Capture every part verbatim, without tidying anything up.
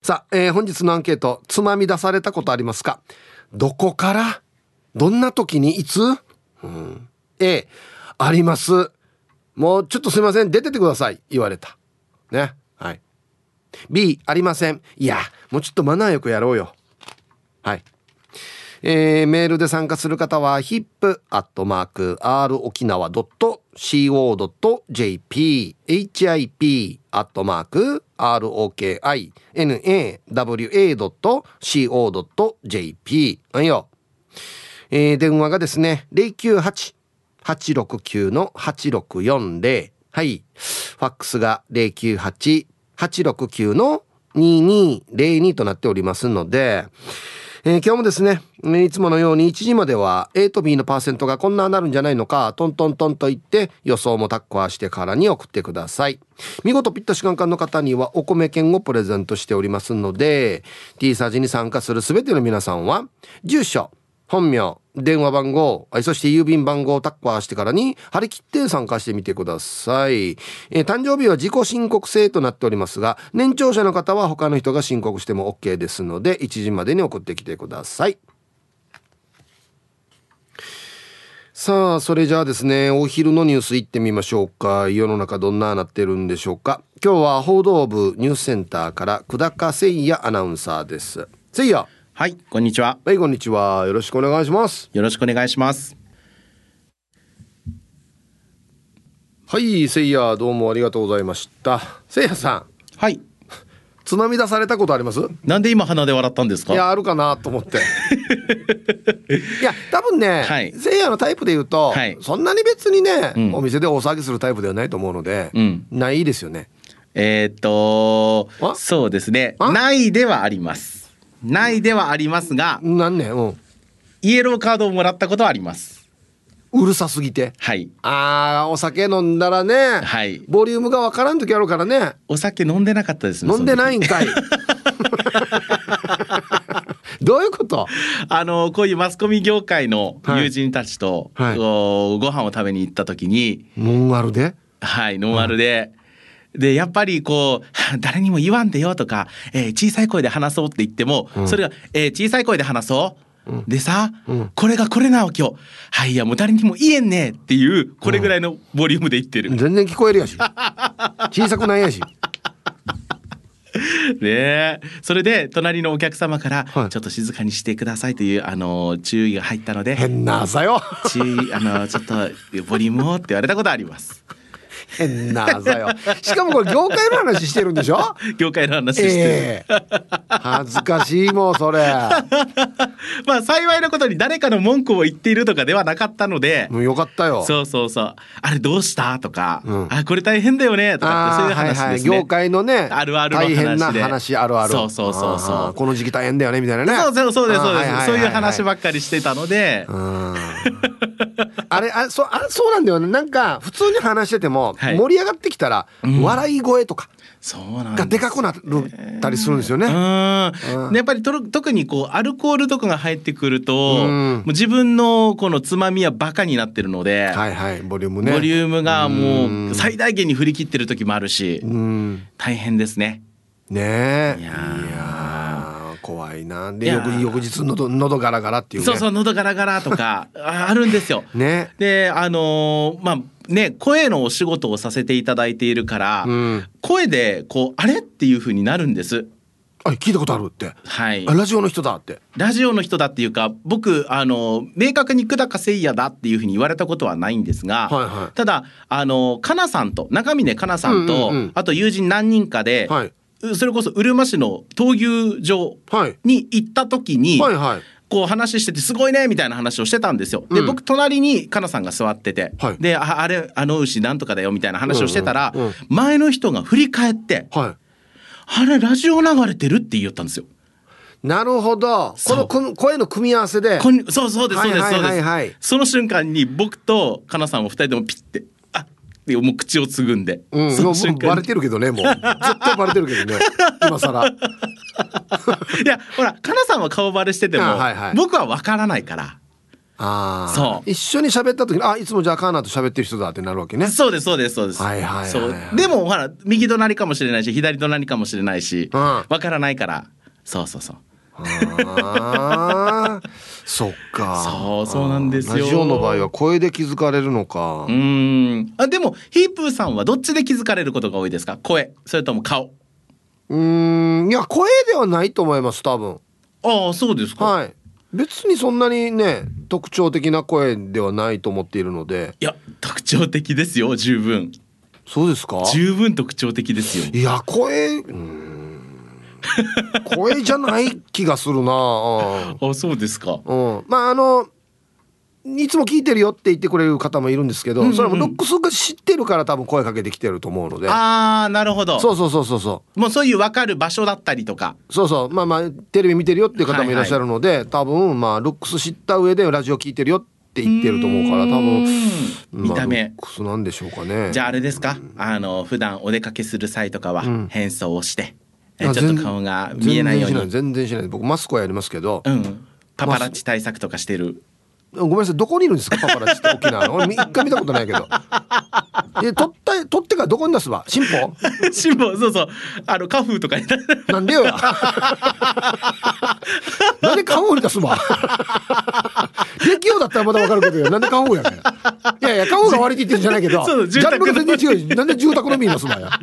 さあ、えー、本日のアンケート、つまみ出されたことありますか？どこから、どんな時に、いつ？うん、A、あります。もうちょっとすいません、出ててください、言われたね。はい。 B、ありません。いやもうちょっとマナーよくやろうよ。はい。えー、メールで参加する方は ヒップ アットマーク アール 沖縄 ドット シーオー ドット ジェーピー ヒップ アットマーク アール オーケーアイエヌエーダブリューエー ドット シーオー ドット ジェーピー はいよ。えー、電話がですね ゼロきゅうはち はちろくきゅう はちろくよんゼロ、はい。ファックスが ゼロきゅうはち はちろくきゅう ににゼロにとなっておりますので、えー、今日もですね、いつものようにいちじまでは A と B のパーセントがこんななるんじゃないのか、トントントンと言って予想もタッコアしてからに送ってください。見事ピッタシカンカンの方にはお米券をプレゼントしておりますので、 T サージに参加するすべての皆さんは住所、本名、電話番号、そして郵便番号をタッカーしてからに張り切って参加してみてください。えー、誕生日は自己申告制となっておりますが、年長者の方は他の人が申告しても OK ですので、いちじまでに送ってきてください。さあ、それじゃあですね、お昼のニュース行ってみましょうか。世の中どんななってるんでしょうか。今日は報道部ニュースセンターから久高誠也アナウンサーです。誠也。 はい、こんにちは。 はい、こんにちは。よろしくお願いします。 よろしくお願いします。 はい、せいや、どうもありがとうございました。せいやさん。 はい。 つまみ出されたことあります？ なんで今鼻で笑ったんですか？ いや、あるかなと思って。いや、多分ね、はい、せいやのタイプで言うと、はい、そんなに別にね、うん、お店で大騒ぎするタイプではないと思うので、うん、ないですよね。 えー、っとそうですね、ないではあります。ないではありますが、 なんね、うん、 イエローカードをもらったことはあります。 うるさすぎて。 はい。 あー、お酒飲んだらね、はい、ボリュームがわからん時あるからね。 お酒飲んでなかったですね。 飲んでないんかい。どういうこと？ あのこういうマスコミ業界の友人たちと、はいはい、ご飯を食べに行った時に、 ノンアルで、 はいノンアルで、うん、でやっぱりこう誰にも言わんでよとか、えー、小さい声で話そうって言っても、うん、それが、えー、小さい声で話そう、うん、でさ、うん、これがこれなわ今日、はい、いやもう誰にも言えんねっていうこれぐらいのボリュームで言ってる、 うん、全然聞こえるやし小さくないやしねえ、それで隣のお客様から、はい、ちょっと静かにしてくださいというあの注意が入ったので、 変な朝よ注意あのちょっとボリュームをって言われたことあります。 変な朝よ。しかもこれ業界の話してるんでしょ？ 業界の話してる、えー、恥ずかしいもんそれ。 まあ幸いなことに誰かの文句を言っているとかではなかったので、 もうよかったよ。 そうそうそう、あれどうしたとか、うん、あこれ大変だよねとかってそういう話ですね、はいはい、 業界のねあるあるの話で、 大変な話あるある、 そうそうそうそう、 この時期大変だよねみたいなね、 そうそうそうですそうです、はいはいはいはい、そういう話ばっかりしてたので、 うんあれ あ そ, あそうなんだよね。なんか普通に話してても、はい、盛り上がってきたら、うん、笑い声とかがでかくなったりするんですよね。 うんうん、でやっぱりと特にこうアルコールとかが入ってくると、うん、もう自分のこのつまみはバカになってるので、 はいはい、ボリュームね、 ボリュームがもう最大限に振り切ってる時もあるし、うん、大変ですね。 ねえ、いやー怖いな。で翌翌日のど喉ガラガラっていうね、 そうそう喉ガラガラとかあるんですよ。ね、であのー、まあね声のお仕事をさせていただいているから、うん、声でこうあれっていう風になるんです。 あ、聞いたことあるって、 はい、 ラジオの人だって、 ラジオの人だっていうか僕あの明確に久高誠也だっていう風に言われたことはないんですが、はいはい、ただあのかなさんと中峰かなさんと、うんうんうん、あと友人何人かで、はい、それこそうるま市の闘牛場に行った時に、はいはいはい、こう話しててすごいねみたいな話をしてたんですよ。で、うん、僕隣にかなさんが座ってて、はい、で あ, あれあの牛なんとかだよみたいな話をしてたら、うんうんうん、前の人が振り返って、はい、あれラジオ流れてるって言ったんですよ。 なるほど、この声の組み合わせで、 そうそうですそうですそうです。その瞬間に僕とかなさんもふたりともピッてでもう口をつぐんで、 うん、その瞬間にバレてるけどね、もう絶対バレてるけどね今更いやほらかなさんは顔バレしてても、はいはい、僕は分からないから、 ああ、 そう一緒に喋った時にあいつもじゃあカーナーと喋ってる人だってなるわけね。 そうですそうですそうです。 はいはいはいはい、 そうでもほら右隣かもしれないし左隣かもしれないし、うん、わからないから。そうそうそう。 あそっか。 そうそうなんですよ。 ラジオの場合は声で気づかれるのか。 うーん。あでもヒープーさんはどっちで気づかれることが多いですか？声それとも顔？ うーん、いや声ではないと思います多分。 ああそうですか。 はい。別にそんなにね特徴的な声ではないと思っているので。 いや特徴的ですよ十分。 そうですか？ 十分特徴的ですよ。 いや声うーん声じゃない気がするなあ。 あそうですか。 うん、まああのいつも聞いてるよって言ってくれる方もいるんですけど、うんうん、それもルックスが知ってるから多分声かけてきてると思うので。 ああなるほど。 そうそうそうそうそう。 もうそういう分かる場所だったりとか。 そうそうまあまあテレビ見てるよっていう方もいらっしゃるので、はいはい、多分まあルックス知った上でラジオ聞いてるよって言ってると思うから多分見た目、 まあ、ルックスなんでしょうかね。 じゃああれですか、うん、あの普段お出かけする際とかは変装をして、うん、ちょっと顔が見えないように。 全然しない全然しない。僕マスクはやりますけど、 うん、パパラッチ対策とかしてる。 ごめんなさいどこにいるんですかパパラッチって沖縄の。俺一回見たことないけどで撮った撮ってからどこに出すわ新報新報そうそうあのカフーとかになんでよやなんでカフーに出すわ劇用だったらまだ分かるけどよなんでカフーやねん。いやいやカフーが悪いって言ってるんじゃないけどジャンルが全然違う。なんで住宅のビー出すわや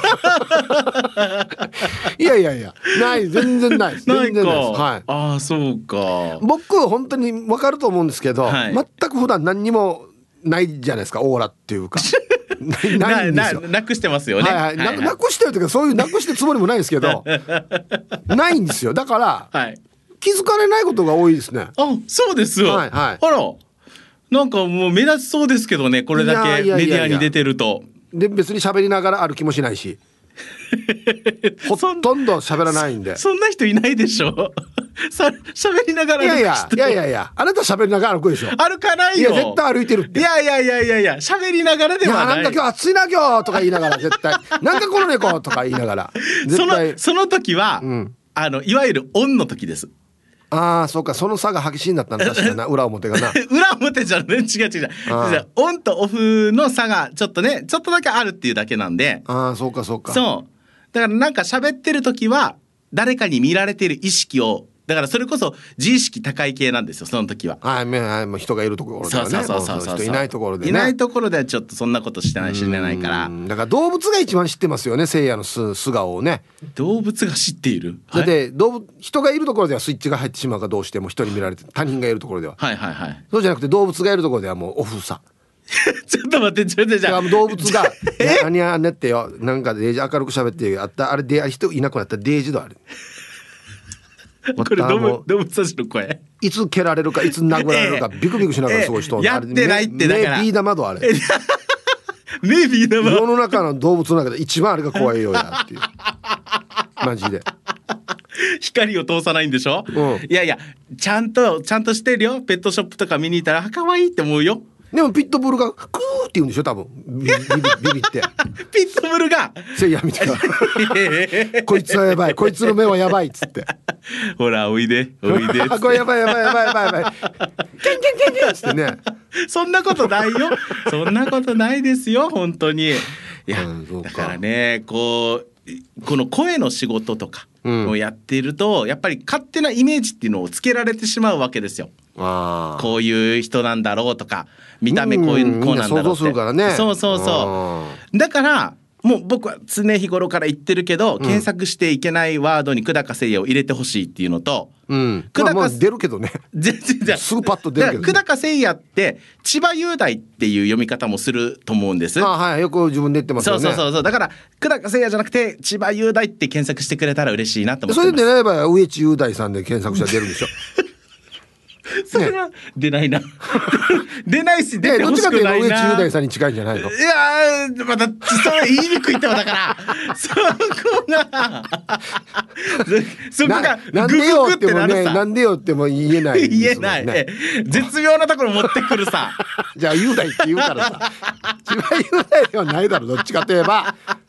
いやいやいやない全然ないです全然ないです。はい、 ああそうか。 僕本当に分かると思うんですけど、はい、全く普段何にもないじゃないですかオーラっていうかないんですよ。 な, な, なくしてますよね、 はいはいはいはい、な, なくしてるというかそういうなくしてるつもりもないですけどないんですよ。だから、はい、気づかれないことが多いですね。 あそうですよ、はいはい、あらなんかもう目立ちそうですけどねこれだけメディアに出てると。 で別に喋りながら歩きもしないしほとんど喋らないんで。 そ, そんな人いないでしょさ喋りながら歩く人。 いやいやいやいやあなた喋りながら歩くでしょ。 歩かないよ。 いや絶対歩いてるって。 いやいやいやいやいや喋りながらではない。 いやなんか今日暑いな今日とか言いながら絶対なんかこの猫とか言いながら絶対そ, のその時は、うん、あのいわゆるオンの時です。 ああそうかその差が激しいんだったんだ確かにな裏表がな裏表じゃね違う違う違うオンとオフの差がちょっとねちょっとだけあるっていうだけなんで。 ああそうかそうか。 そうだからなんか喋ってる時は誰かに見られている意識をだからそれこそ自意識高い系なんですよその時は。 はい、はい、もう人がいるところではね。 そうそうそうそうそう人いないところでね。 いないところではちょっとそんなことしてない知れないから。 だから動物が一番知ってますよね聖夜の素顔をね。 動物が知っている。 だって動物人がいるところではスイッチが入ってしまうかどうしても人に見られて他人がいるところでは。 はいはいはい。 そうじゃなくて動物がいるところではもうオフさちょっと待ってちょっとじゃあ動物が「何やねってよなんかデージ明るく喋ってあったあれで人いなくなったらデージだあれ」 これ動物動物たちの声いつ蹴られるかいつ殴られるか、えー、ビクビクしながらすごい人、 えー、やってないってだから目ビー玉とあれ目ビー玉世の中の動物の中で一番あれが怖いよやっていうマジで光を通さないんでしょ、うん、いやいやちゃんとちゃんとしてるよ。ペットショップとか見に行ったらあ可愛いって思うよ。 でもピットブルがクーって言うんでしょ多分ビビビビってピットブルがせいやみたいなこいつはやばいこいつの目はやばいっつってほらおいでおいでこれやばいやばいやばいやばいやばいキャンキャンキャンキャンっつってねそんなことないよそんなことないですよ本当に。いや、うん、だからねこうこの声の仕事とかをやっていると、うん、やっぱり勝手なイメージっていうのをつけられてしまうわけですよ。あこういう人なんだろうとか見た目こういう、うん、こうなんだろうって、みんな想像するからね。そうそうそうだからもう僕は常日頃から言ってるけど、うん、検索していけないワードに久高誠也を入れてほしいっていうのと、 うん、久高、まあ、出るけどね全然すぐパッと出るけど、ね、 久高誠也って千葉雄大っていう読み方もすると思うんです。 あ、はい、よく自分で言ってますよね。 そうそうそうだから久高誠也じゃなくて千葉雄大って検索してくれたら嬉しいなと思ってます。 それで出れば植地雄大さんで検索したら出るんでしょそれは出ないな出ないし出てほしくないな。 どっちかというと植地雄大さんに近いんじゃないの。 いやーまたそれ言いにくいってもだからそこがそこがなんでよってもねなんでよっても言えない、ね、 言えない、え絶妙なところ持ってくるさじゃあ雄大って言うからさ千葉雄大ではないだろどっちかといえば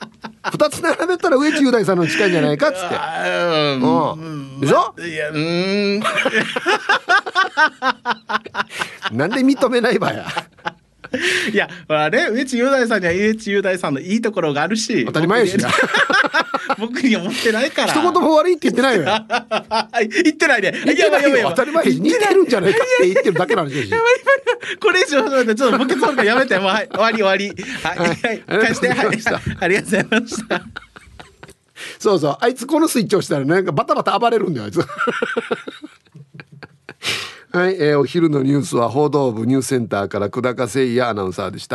ふたつ並べたら上地雄大さんの近いんじゃないかっつって、うん、でしょ。いや、うーんなんで認めないばや。 いや、まあね、上地雄大さんには上地雄大さんのいいところがあるし、 当たり前やしな。 僕には持ってないから。 一言も悪いって言ってないよ。 言ってないね。 言ってないよ。当たり前やし、似てるんじゃないかって言ってるだけなんですよ。 これ以上ちょっとボケそうからやめて、もう、はい、終わり終わり。はい、はい、返して、はい、ありがとうございました。 そうそう、あいつこのスイッチ押したらなんかバタバタ暴れるんだよ、あいつ。はい、えー、お昼のニュースは報道部ニュースセンターから久高誠也アナウンサーでした。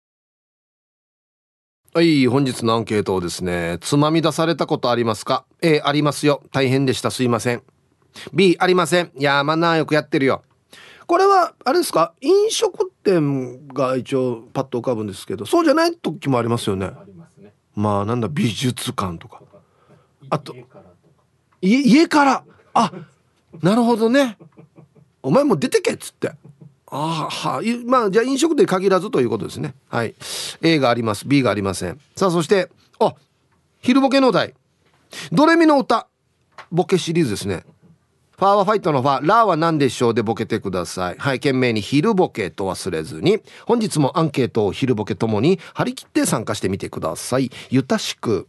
はい、本日のアンケートをですね、つまみ出されたことありますか？ A、ありますよ、大変でした、すいません。 B、ありません、いやマナーよくやってるよ。これはあれですか、飲食店が一応パッと浮かぶんですけど、そうじゃない時もありますよね。ありますね。まあなんだ、美術館とか、あと家家から、あ、なるほどね、お前も出てけっつって、あは、まあじゃあ飲食店限らずということですね。はい、 A があります、 B がありません。さあそして、あ、昼ボケのお題、ドレミの歌ボケシリーズですね。ファーはファイトのファー、ラーは何でしょうでボケてください。はい、懸命に昼ボケと忘れずに、本日もアンケートを昼ボケともに張り切って参加してみてください。ゆたしく。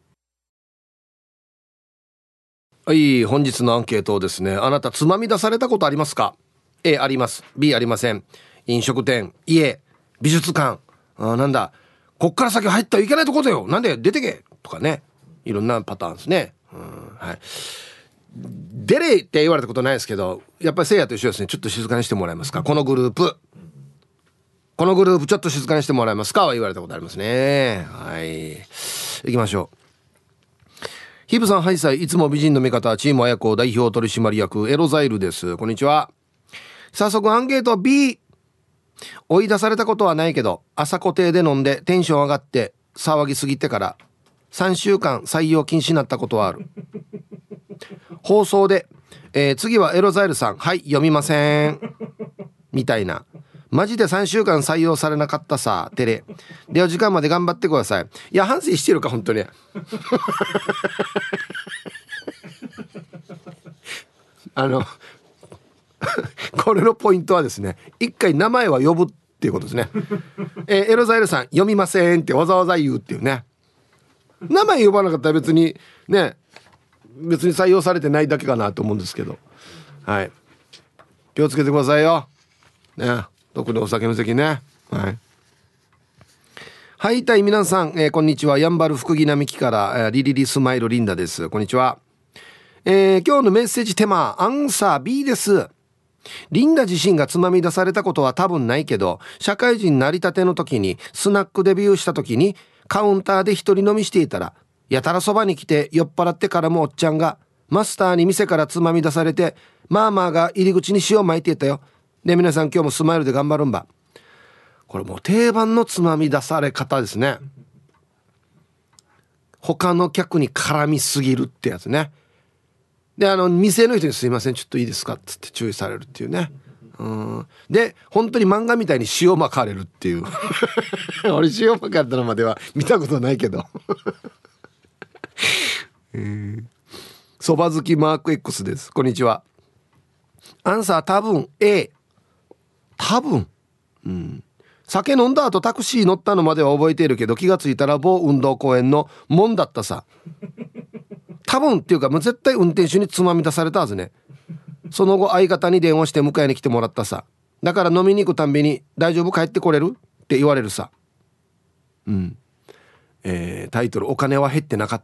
はい、本日のアンケートをですね、あなたつまみ出されたことありますか？ A あります、 B ありません。飲食店、家、美術館、あ、なんだこっから先入ったらいけないとこだよ、なんで出てけとかね、いろんなパターンですね。うん、はい、出れって言われたことないですけど、やっぱりせいやと一緒ですね。ちょっと静かにしてもらえますか、このグループこのグループちょっと静かにしてもらえますかは言われたことありますね。はい、行きましょう。ヒブさん、ハイサイ、いつも美人の味方、チームあやこ代表取締役エロザイルです。こんにちは。早速アンケート B。 追い出されたことはないけど、朝固定で飲んでテンション上がって騒ぎすぎてからさんしゅうかん採用禁止になったことはある。放送で、えー、次はエロザイルさん、はい読みませんみたいな、マジでさんしゅうかん採用されなかったさ、テレでは時間まで頑張ってください。いや反省してるか本当に。あのこれのポイントはですね、一回名前は呼ぶっていうことですね。えー、エロザイルさん読みませんってわざわざ言うっていうね。名前呼ばなかったら別にね、別に採用されてないだけかなと思うんですけど、はい、気をつけてくださいよね、特にお酒の席ね。はい、はい、たい皆さん、えー、こんにちは。やんばる福木並木から、えー、リリリスマイルリンダです。こんにちは。えー、今日のメッセージテーマアンサー B です。リンダ自身がつまみ出されたことは多分ないけど、社会人なりたての時にスナックデビューした時にカウンターで一人飲みしていたら、やたらそばに来て酔っ払ってからもおっちゃんがマスターに店からつまみ出されて、マーマーが入り口に塩巻いていたよ。で皆さん今日もスマイルで頑張るんば。これもう定番のつまみ出され方ですね。他の客に絡みすぎるってやつね。であの店の人にすいませんちょっといいですかっつって注意されるっていうね。うん、で本当に漫画みたいに塩まかれるっていう俺塩まかれたのまでは見たことないけどそば好きマーク X です。こんにちは。アンサー多分 A。 多分、うん、酒飲んだ後タクシー乗ったのまでは覚えているけど、気がついたら某運動公園の門だったさ。多分っていうかもう絶対運転手につまみ出されたはずね。その後相方に電話して迎えに来てもらったさ。だから飲みに行くたんびに大丈夫帰ってこれるって言われるさ。うん、えー、タイトルお金は減ってなかった。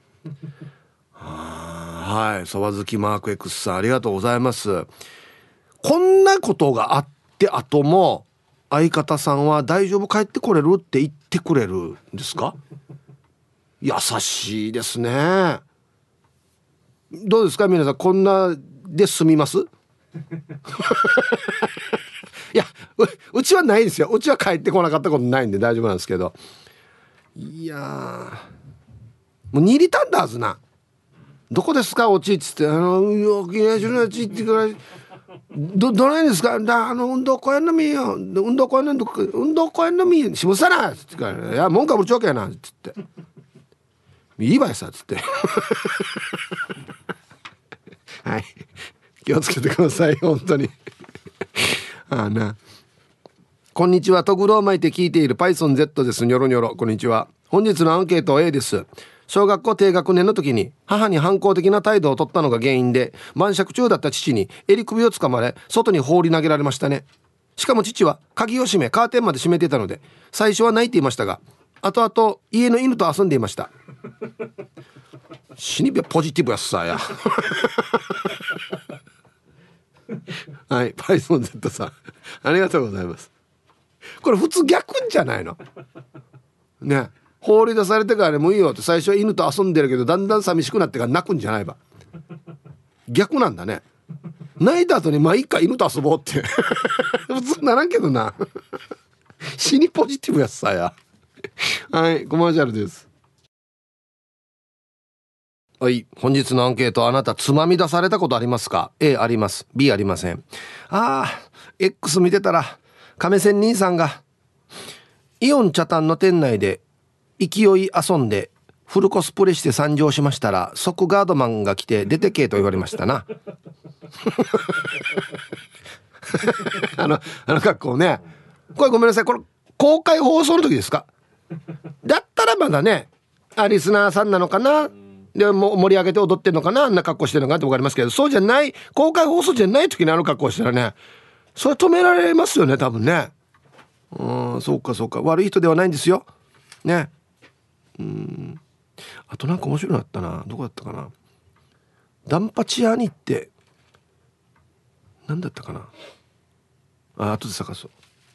はい、そば好きマーク X さんありがとうございます。こんなことがあって後も相方さんは大丈夫帰ってこれるって言ってくれるんですか？優しいですね。どうですか皆さん、こんなで済みます？いや う, うちはないですよ。うちは帰ってこなかったことないんで大丈夫なんですけど、いやもうにリタンだはずな。どこですかおちっつって、あの沖縄市のちってからどどないですか、だあの運動公園のみよ、運動公園の運動公園のみしぶさなっつってから、いや文化部長家やなっつっていいわよさっつってはい気をつけてください本当にああな。こんにちは、トグロを巻いて聞いている PythonZ です。ニョロニョロ、こんにちは。本日のアンケート A です。小学校低学年の時に母に反抗的な態度を取ったのが原因で、晩酌中だった父に襟首をつかまれ外に放り投げられましたね。しかも父は鍵を閉めカーテンまで閉めていたので、最初は泣いていましたが、後々家の犬と遊んでいました。死にべポジティブやっさやはい、PythonZ さんありがとうございます。これ普通逆じゃないのね。放り出されてからもういいよって、最初は犬と遊んでるけどだんだん寂しくなってから泣くんじゃないば。逆なんだね。泣いた後にまあいいか犬と遊ぼうって普通ならんけどな死にポジティブやっさやはい、コマーシャルです。はい、本日のアンケート、あなたつまみ出されたことありますか？ A あります、 B ありません。あー X 見てたら亀仙人さんがイオン茶炭の店内で勢い遊んでフルコスプレして参上しましたら、即ガードマンが来て出てけと言われましたなあのあの格好ね。これごめんなさい、これ公開放送の時ですか？だったらまだね、あリスナーさんなのかな、でも盛り上げて踊ってんのかな、あんな格好してるのかなって分かりますけど、そうじゃない公開放送じゃない時にあの格好したらね、それ止められますよね多分ね。うん、そうかそうか、悪い人ではないんですよね。うん、あとなんか面白いのあったな。どこだったかな。ダンパチ屋に行って何だったかなあ、後で探そう、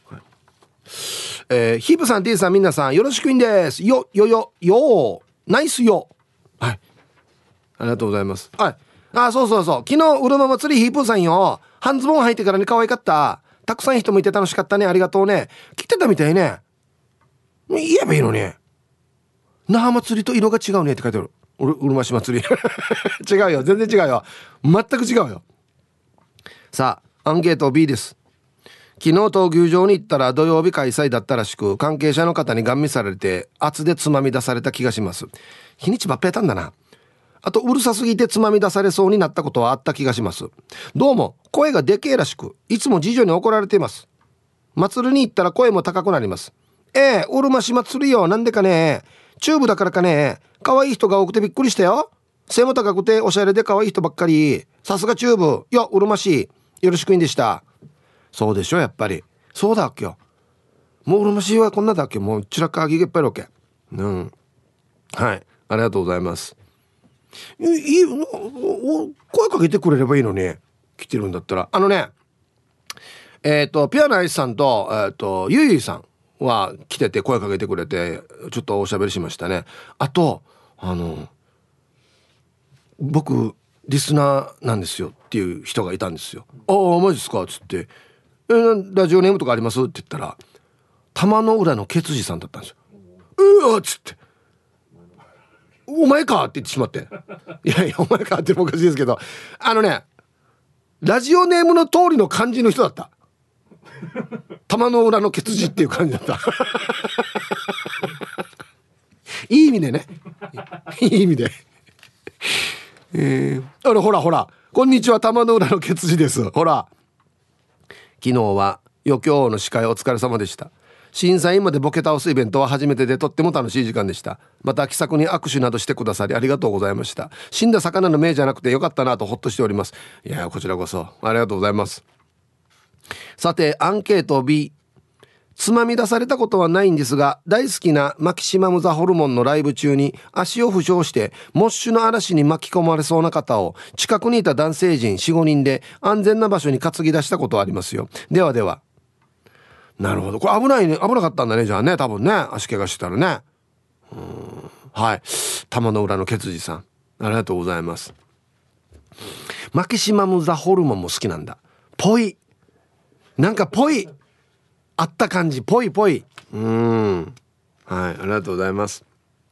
はい。えー、ヒープさん T さんみんなさんよろしくいんです。よよよよナイスよ。はい、ありがとうございます。はい、あ、そうそうそう、昨日うるま祭りヒープさんよ、半ズボン履いてからね可愛かった。たくさん人もいて楽しかったね、ありがとうね。来てたみたいね。言えばいいのに。那覇祭りと色が違うねって書いてある。うるうるま市祭り違うよ、全然違うよ、全く違うよ。さあアンケート B です。昨日闘牛場に行ったら土曜日開催だったらしく、関係者の方にガン見されて圧でつまみ出された気がします。日にちばっぺたんだな。あとうるさすぎてつまみ出されそうになったことはあった気がします。どうも声がでけえらしく、いつも次女に怒られています。祭りに行ったら声も高くなります。ええー、うるま市祭りよ、なんでかね、チューブだからかね、可愛い人が多くてびっくりしたよ。背も高くておしゃれで可愛い人ばっかり。さすがチューブよ、うるま市よろしくいんでした。そうでしょ、やっぱりそうだっけよ。もううるま市はこんなだっけ、もうちらかぎがいっぱいあるわけ。うん、はい、ありがとうございます。いい声かけてくれればいいのに、来てるんだったら。あのね、えっ、ー、とピアノアイスさんと、えー、とゆいゆいさんは来てて声かけてくれてちょっとおしゃべりしましたね。あとあの僕リスナーなんですよっていう人がいたんですよ。ああマジですかっつって、えー、ラジオネームとかありますって言ったら、玉の浦のケツジさんだったんですよ。うわっつって、お前かって言ってしまって、いやいやお前かってもおかしいですけど、あのねラジオネームの通りの感じの人だった。玉の裏のケツジっていう感じだったいい意味でね、いい意味でえー、あのほらほら、こんにちは、玉の裏のケツジです。ほら、昨日は余興の司会お疲れ様でした。審査員までボケ倒すイベントは初めてでとっても楽しい時間でした。また気さくに握手などしてくださりありがとうございました。死んだ魚の目じゃなくてよかったなとほっとしております。いやこちらこそありがとうございます。さてアンケート B、 つまみ出されたことはないんですが、大好きなマキシマムザホルモンのライブ中に足を負傷してモッシュの嵐に巻き込まれそうな方を近くにいた男性陣 よん,ご 人で安全な場所に担ぎ出したことはありますよ。ではでは。なるほど、これ危ないね、危なかったんだね、じゃあね、多分ね、足怪我してたらね。うーん、はい、玉の裏のケツジさんありがとうございます。マキシマムザホルモンも好きなんだ。ぽい、なんかぽい、あった感じ、ぽいぽい。うーん、はい、ありがとうございます。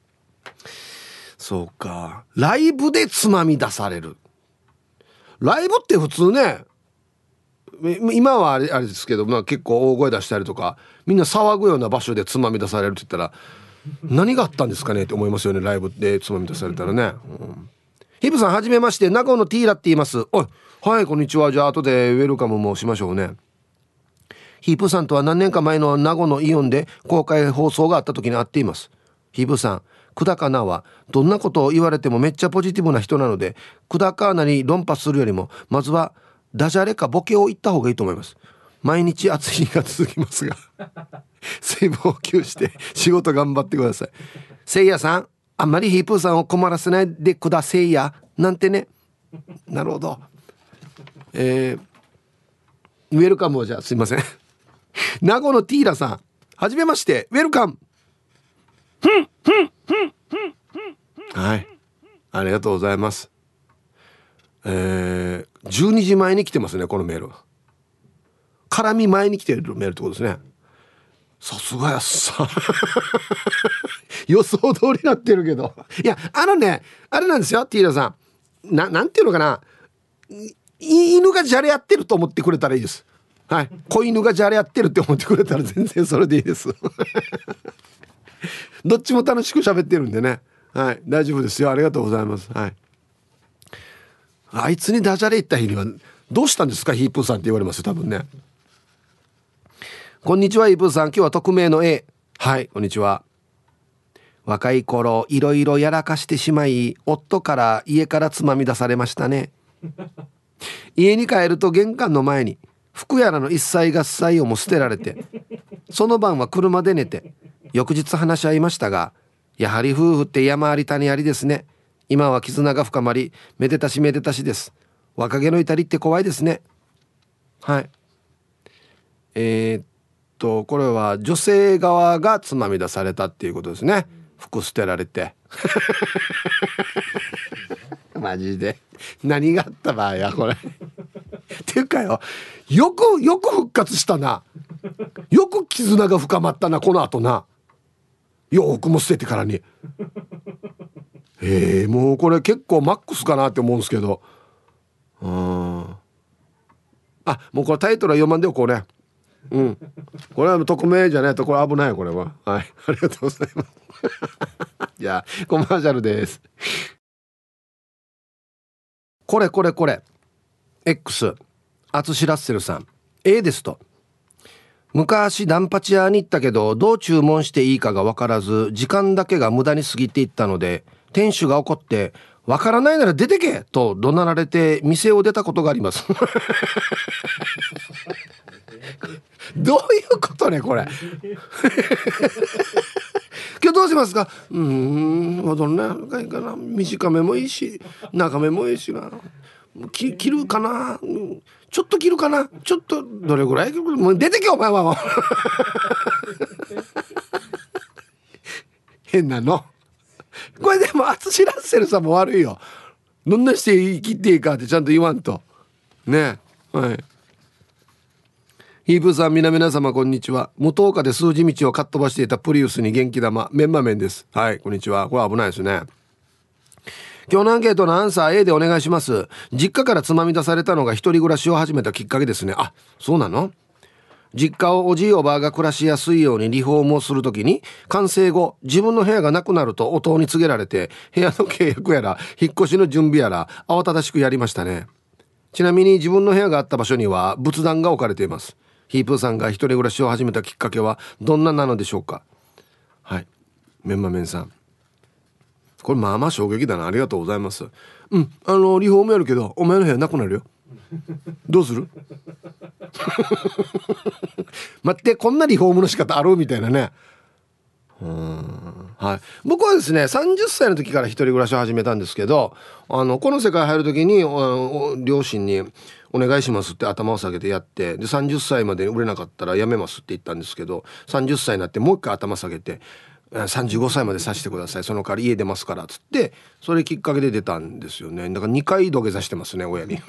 そうか、ライブでつまみ出される。ライブって普通ね、今はあれ、あれですけど、まあ、結構大声出したりとかみんな騒ぐような場所でつまみ出されるって言ったら何があったんですかねって思いますよね、ライブでつまみ出されたらね、うん、ヒブさんはじめまして、名護のティーラって言います。おい、はい、こんにちは。じゃあ後でウェルカムもしましょうね。ヒープさんとは何年か前の名護のイオンで公開放送があった時に会っています。ヒープさん、久高菜はどんなことを言われてもめっちゃポジティブな人なので、久高菜に論破するよりもまずはダジャレかボケを言った方がいいと思います。毎日暑い日が続きますが水分補給して仕事頑張ってください。せいやさん、あんまりヒープさんを困らせないでくだせいやなんてね。なるほど。えー、ウェルカムをじゃあすいません名護のティーラさん、はじめまして、ウェルカム。はい、ありがとうございます。えー、じゅうにじまえに来てますね、このメール。絡み前に来てるメールってことですね。さすがやっさ予想通りになってるけど、いや、あのね、あれなんですよ、ティーラさん、な、なんていうのかな、犬がじゃれやってると思ってくれたらいいです。はい、子犬がじゃれやってるって思ってくれたら全然それでいいですどっちも楽しく喋ってるんでね、はい、大丈夫ですよ。ありがとうございます。はい、あいつにダジャレ言った日にはどうしたんですかヒープーさんって言われますよ、多分ね。こんにちは、ヒープーさん、今日は匿名の A。 はい、こんにちは。若い頃いろいろやらかしてしまい、夫から家からつまみ出されましたね家に帰ると玄関の前に服やらの一切合切をも捨てられて、その晩は車で寝て、翌日話し合いましたが、やはり夫婦って山あり谷ありですね。今は絆が深まり、めでたしめでたしです。若気の至りって怖いですね。はい、えー、っとこれは女性側がつまみ出されたっていうことですね。服捨てられてマジで何があった場合やこれっていうかよ、よくよく復活したな。よく絆が深まったな、この後な。よくも捨ててからにえー、もうこれ結構マックスかなって思うんですけど、うん、あ、もうこれタイトルは読まんでおこうね。うん、これは匿名じゃないとこれ危ないよ、これは。はい、ありがとうございますじゃあコマーシャルです。これこれこれ X アツシラッセルさん、 A ですと。昔ダンパチ屋に行ったけどどう注文していいかが分からず、時間だけが無駄に過ぎていったので、店主が怒って分からないなら出てけと怒鳴られて店を出たことがありますどういうことねこれ今日どうしますか。うーん、どんながいいかな。短めもいいし長めもいいしな。き切るかな、うん、ちょっと切るかな、ちょっとどれぐらい、もう出てけお前はもう変なのこれ。でもアツシラッセルさんも悪いよ。どんなして切っていいかってちゃんと言わんとね。はい、ヒープさん、皆々様こんにちは。無灯火で数字道をかっ飛ばしていたプリウスに元気玉メンマメンです。はい、こんにちは。これ危ないですね。今日のアンケートのアンサー A でお願いします。実家からつまみ出されたのが一人暮らしを始めたきっかけですね。あ、そうなの。実家をおじいおばあが暮らしやすいようにリフォームをするときに、完成後自分の部屋がなくなると弟に告げられて、部屋の契約やら引っ越しの準備やら慌ただしくやりましたね。ちなみに自分の部屋があった場所には仏壇が置かれています。ヒープーさんが一人暮らしを始めたきっかけはどんななのでしょうか。はい、メンマメンさん、これまあまあ衝撃だな。ありがとうございます。うん、あのリフォームやるけどお前の部屋なくなるよ。どうする待って、こんなリフォームの仕方あるみたいなね。うーん、はい、僕はですねさんじゅっさいの時から一人暮らしを始めたんですけど、あのこの世界入る時に両親にお願いしますって頭を下げてやって、でさんじゅっさいまで売れなかったらやめますって言ったんですけど、さんじゅっさいになってもう一回頭下げてさんじゅうごさいまでさせてください、その代わり家出ますからっつって、それきっかけで出たんですよね。だからにかい土下座してますね、親に、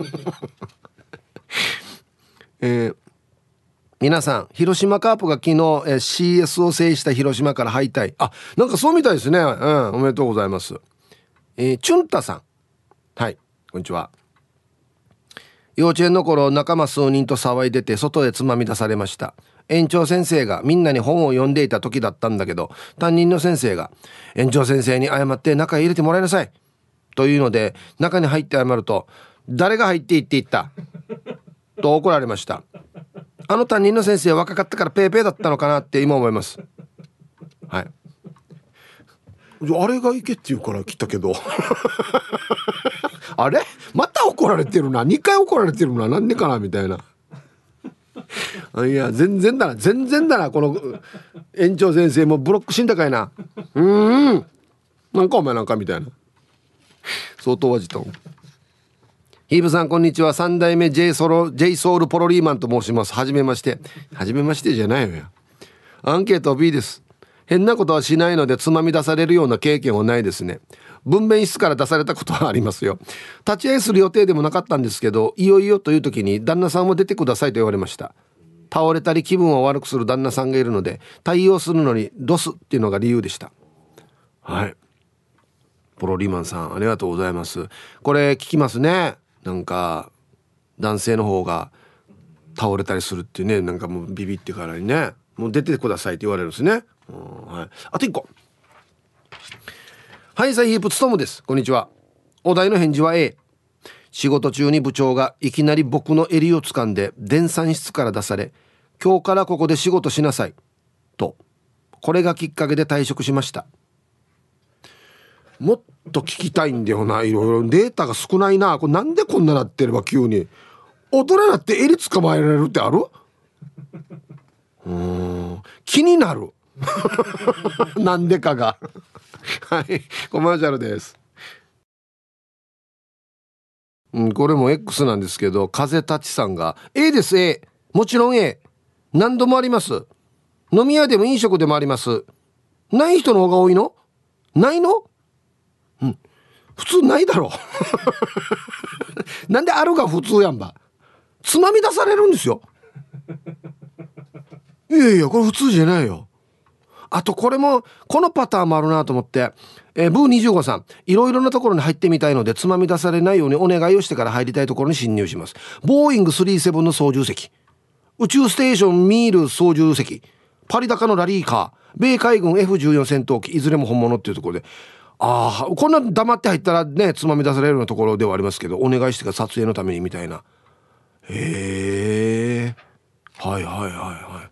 えー、皆さん、広島カープが昨日、えー、シーエス を制した広島から敗退。あ、なんかそうみたいですね。うん、おめでとうございます。えー、チュンタさん、はい、こんにちは。幼稚園の頃仲間数人と騒いでて外でつまみ出されました。 園長先生がみんなに本を読んでいた時だったんだけど、担任の先生が園長先生に謝って中へ入れてもらいなさいというので、中に入って謝ると、誰が入っていって言ったと怒られました。あの担任の先生は若かったからペーペーだったのかなって今思います。はい、あれが行けって言うから来たけどあれまた怒られてるな、にかい怒られてるな、なんでかなみたいな。いや全然だな全然だな、この園長先生もブロックしんだかいな。うーんなんかお前なんかみたいな、相当はじとん。ヒーブさんこんにちは、さん代目 J ソロ J ソウルポロリーマンと申します。はじめまして。はじめましてじゃないよや。アンケート ビー です。変なことはしないのでつまみ出されるような経験はないですね。分娩室から出されたことはありますよ。立ち会いする予定でもなかったんですけど、いよいよという時に旦那さんも出てくださいと言われました。倒れたり気分を悪くする旦那さんがいるので対応するのにドスっていうのが理由でした。はい、ポロリーマンさんありがとうございます。これ聞きますね。なんか男性の方が倒れたりするっていうね、なんかもうビビってからにね、もう出てくださいって言われるんですね。うん、はい、あといっこ。はい、サイヒープツトムです。こんにちは。お題の返事は A。 仕事中に部長がいきなり僕の襟を掴んで電算室から出され、今日からここで仕事しなさいと、これがきっかけで退職しました。もっと聞きたいんだよな、いろいろデータが少ないな。これなんでこんななってれば急に大人になって襟捕まえられるってある？うーん気になるなんでかがはいコマーシャルです。うん、これも X なんですけど、風立ちさんが A です。 A もちろん A 何度もあります。飲み屋でも飲食でもあります。ない人の方が多いの？ないの？うん、普通ないだろなんであるが普通やんば。つまみ出されるんですよ。いやいやこれ普通じゃないよ。あとこれもこのパターンもあるなと思って、えー、ブーにじゅうごさんいろいろなところに入ってみたいのでつまみ出されないようにお願いをしてから入りたいところに侵入します。ボーイングスリーセブンの操縦席、宇宙ステーションミール操縦席、パリ高のラリーカー、米海軍 エフじゅうよん 戦闘機、いずれも本物っていうところで、ああこんな黙って入ったらねつまみ出されるようなところではありますけど、お願いしてから撮影のためにみたいな。へえ、はいはいはいはい、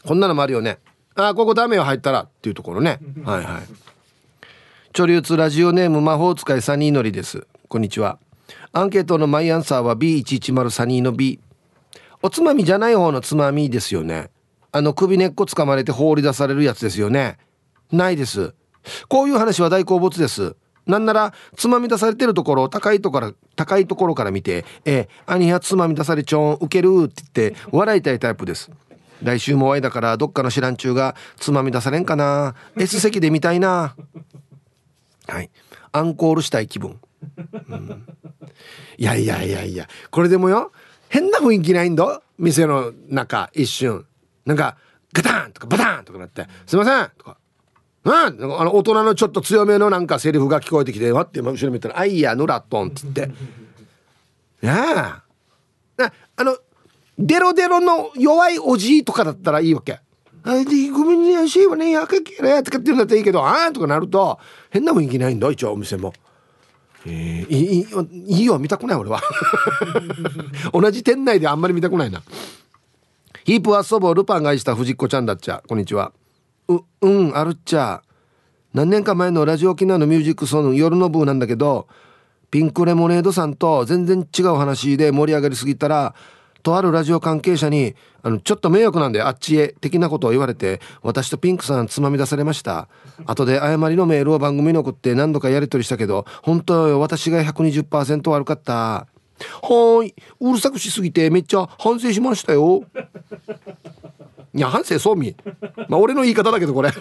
こんなのもあるよね。あ、ここダメよ入ったらっていうところね。はいはい。チョリウツラジオネーム魔法使いサニーのりです。こんにちは。アンケートのマイアンサーは ビーいちいちまる サニーの B。 おつまみじゃない方のつまみですよね。あの首根っこ掴まれて放り出されるやつですよね。ないです。こういう話は大好物です。なんならつまみ出されてるところを高いところから高いところから見て、え兄やつまみ出されちょんウケるって言って笑いたいタイプです。来週もお会いだからどっかの知らん中がつまみ出されんかな。 S 席で見たいな。はい、アンコールしたい気分、うん、いやいやいやいやこれでもよ変な雰囲気ないんだ。店の中一瞬なんかガタンとかバタンとかなってすいませんとか、うん、あの大人のちょっと強めのなんかセリフが聞こえてきてわって後ろ見たらあいやヌラットンって言っていやああのデロデロの弱いおじいとかだったらいいわけ。あでごめんね足はねやかけねとかって言うんだったらいいけど、あーとかなると変な雰囲気ないんだ一応お店も。えー、いいいいよ見たくない俺は同じ店内であんまり見たくないな。ヒープは祖母ルパンが愛した藤子ちゃんだっちゃ。こんにちは。ううんあるっちゃ。何年か前のラジオ沖縄のミュージックソング夜の部なんだけど、ピンクレモネードさんと全然違う話で盛り上がりすぎたらとあるラジオ関係者にあのちょっと迷惑なんであっちへ的なことを言われて、私とピンクさんつまみ出されました。後で誤りのメールを番組に送って何度かやり取りしたけど、本当よ私が ひゃくにじゅっパーセント 悪かった。はーい、うるさくしすぎてめっちゃ反省しましたよ。いや反省そうみ、まあ俺の言い方だけどこれ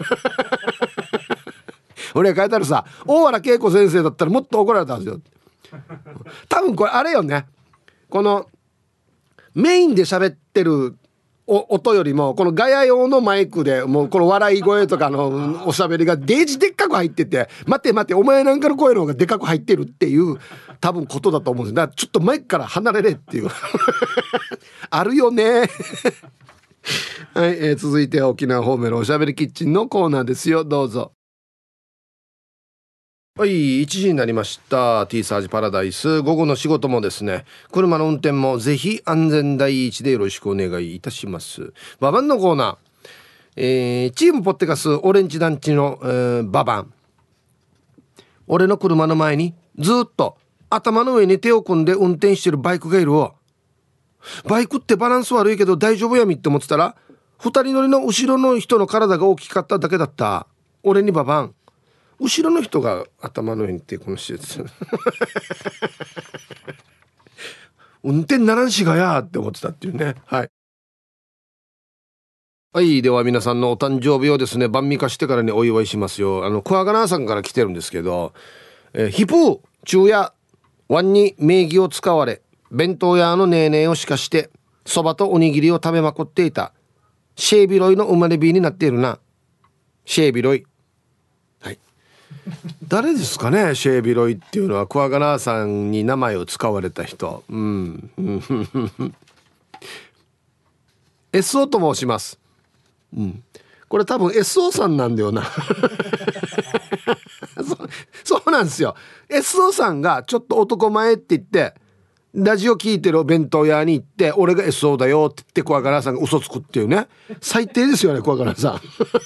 俺が書いてあるさ、大原恵子先生だったらもっと怒られたんですよ。多分これあれよね、このメインで喋ってる音よりもこのガヤ用のマイクでもうこの笑い声とかのおしゃべりがデージでっかく入ってて、待て待てお前なんかの声の方がでかく入ってるっていう多分ことだと思うんです。だからちょっとマイクから離れれっていうあるよねはい、えー、続いては沖縄方面のおしゃべりキッチンのコーナーですよ。どうぞ。はい、いちじになりました。 T サージパラダイス、午後の仕事もですね、車の運転もぜひ安全第一でよろしくお願いいたします。ババンのコーナー、えー、チームポッテカスオレンジ団地の、えー、ババン。俺の車の前にずっと頭の上に手を組んで運転してるバイクがいるわ。バイクってバランス悪いけど大丈夫やみって思ってたら、二人乗りの後ろの人の体が大きかっただけだった。俺にババン。後ろの人が頭の上に手この施設運転ならんしがやって思ってたっていうね。はい。はい、では皆さんのお誕生日をですね、晩味化してからにお祝いしますよ。あのクワガナーさんから来てるんですけど、えー、ヒプー昼夜ワンに名義を使われ、弁当屋のネーネーをしかしてそばとおにぎりを食べまくっていたシェービロイの生まれ日になっているな。シェービロイ、はい、誰ですかね。シェービロイっていうのはクワガナーさんに名前を使われた人。うん。エスオー と申します。うん。これ多分 エスオー さんなんだよなそ, そうなんですよ。 エスオー さんがちょっと男前って言ってラジオ聞いてるお弁当屋に行って、俺が エスオー だよって言ってクワガナーさんが嘘つくっていうね。最低ですよね、クワガナーさん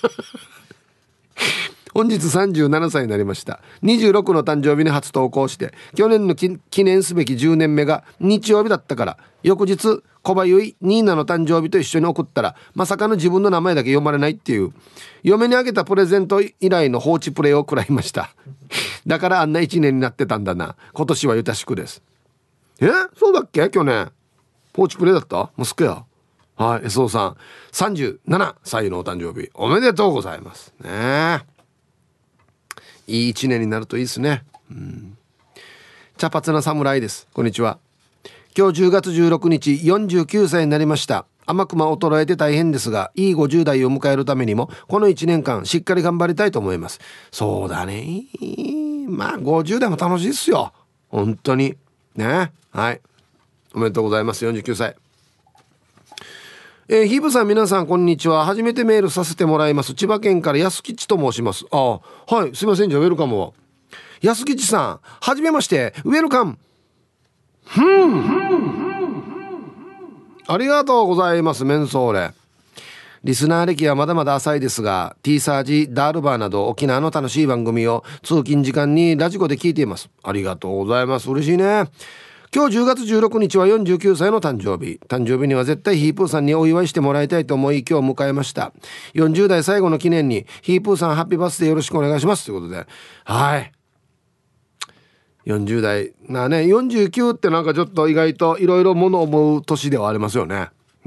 本日さんじゅうななさいになりました。にじゅうろくの誕生日に初投稿して、去年の記念すべきじゅうねんめが日曜日だったから、翌日小葉ゆいニーナの誕生日と一緒に送ったら、まさかの自分の名前だけ読まれないっていう、嫁にあげたプレゼント以来の放置プレイを食らいましただからあんないちねんになってたんだな。今年はゆたしくです。え、そうだっけ。去年放置プレイだった。息子や。はい、エスオー さんさんじゅうななさいのお誕生日おめでとうございますね。いい一年になるといいですね。うん。茶髪な侍です。こんにちは。今日じゅうがつじゅうろくにちよんじゅうきゅうさいになりました。甘くま衰えて大変ですが、いいごじゅう代を迎えるためにもこのいちねんかんしっかり頑張りたいと思います。そうだね。まあごじゅう代も楽しいっすよ、本当にね。はい、おめでとうございます。よんじゅうきゅうさい。えー、ヒブさん、皆さんこんにちは。初めてメールさせてもらいます。千葉県から安吉と申します。ああ、はい、すいません。じゃあウェルカムを。安吉さん、はじめまして、ウェルカム。ふん、ありがとうございます。メンソーレ。リスナー歴はまだまだ浅いですが、 T サージ、ダールバーなど沖縄の楽しい番組を通勤時間にラジコで聞いています。ありがとうございます。嬉しいね。今日じゅうがつじゅうろくにちはよんじゅうきゅうさいの誕生日。誕生日には絶対ヒープーさんにお祝いしてもらいたいと思い、今日迎えました。よんじゅう代最後の記念にヒープーさんハッピーバースデーよろしくお願いしますということで、はい、よんじゅう代なね。よんじゅうきゅうってなんかちょっと意外といろいろもの思う年ではありますよね。うん、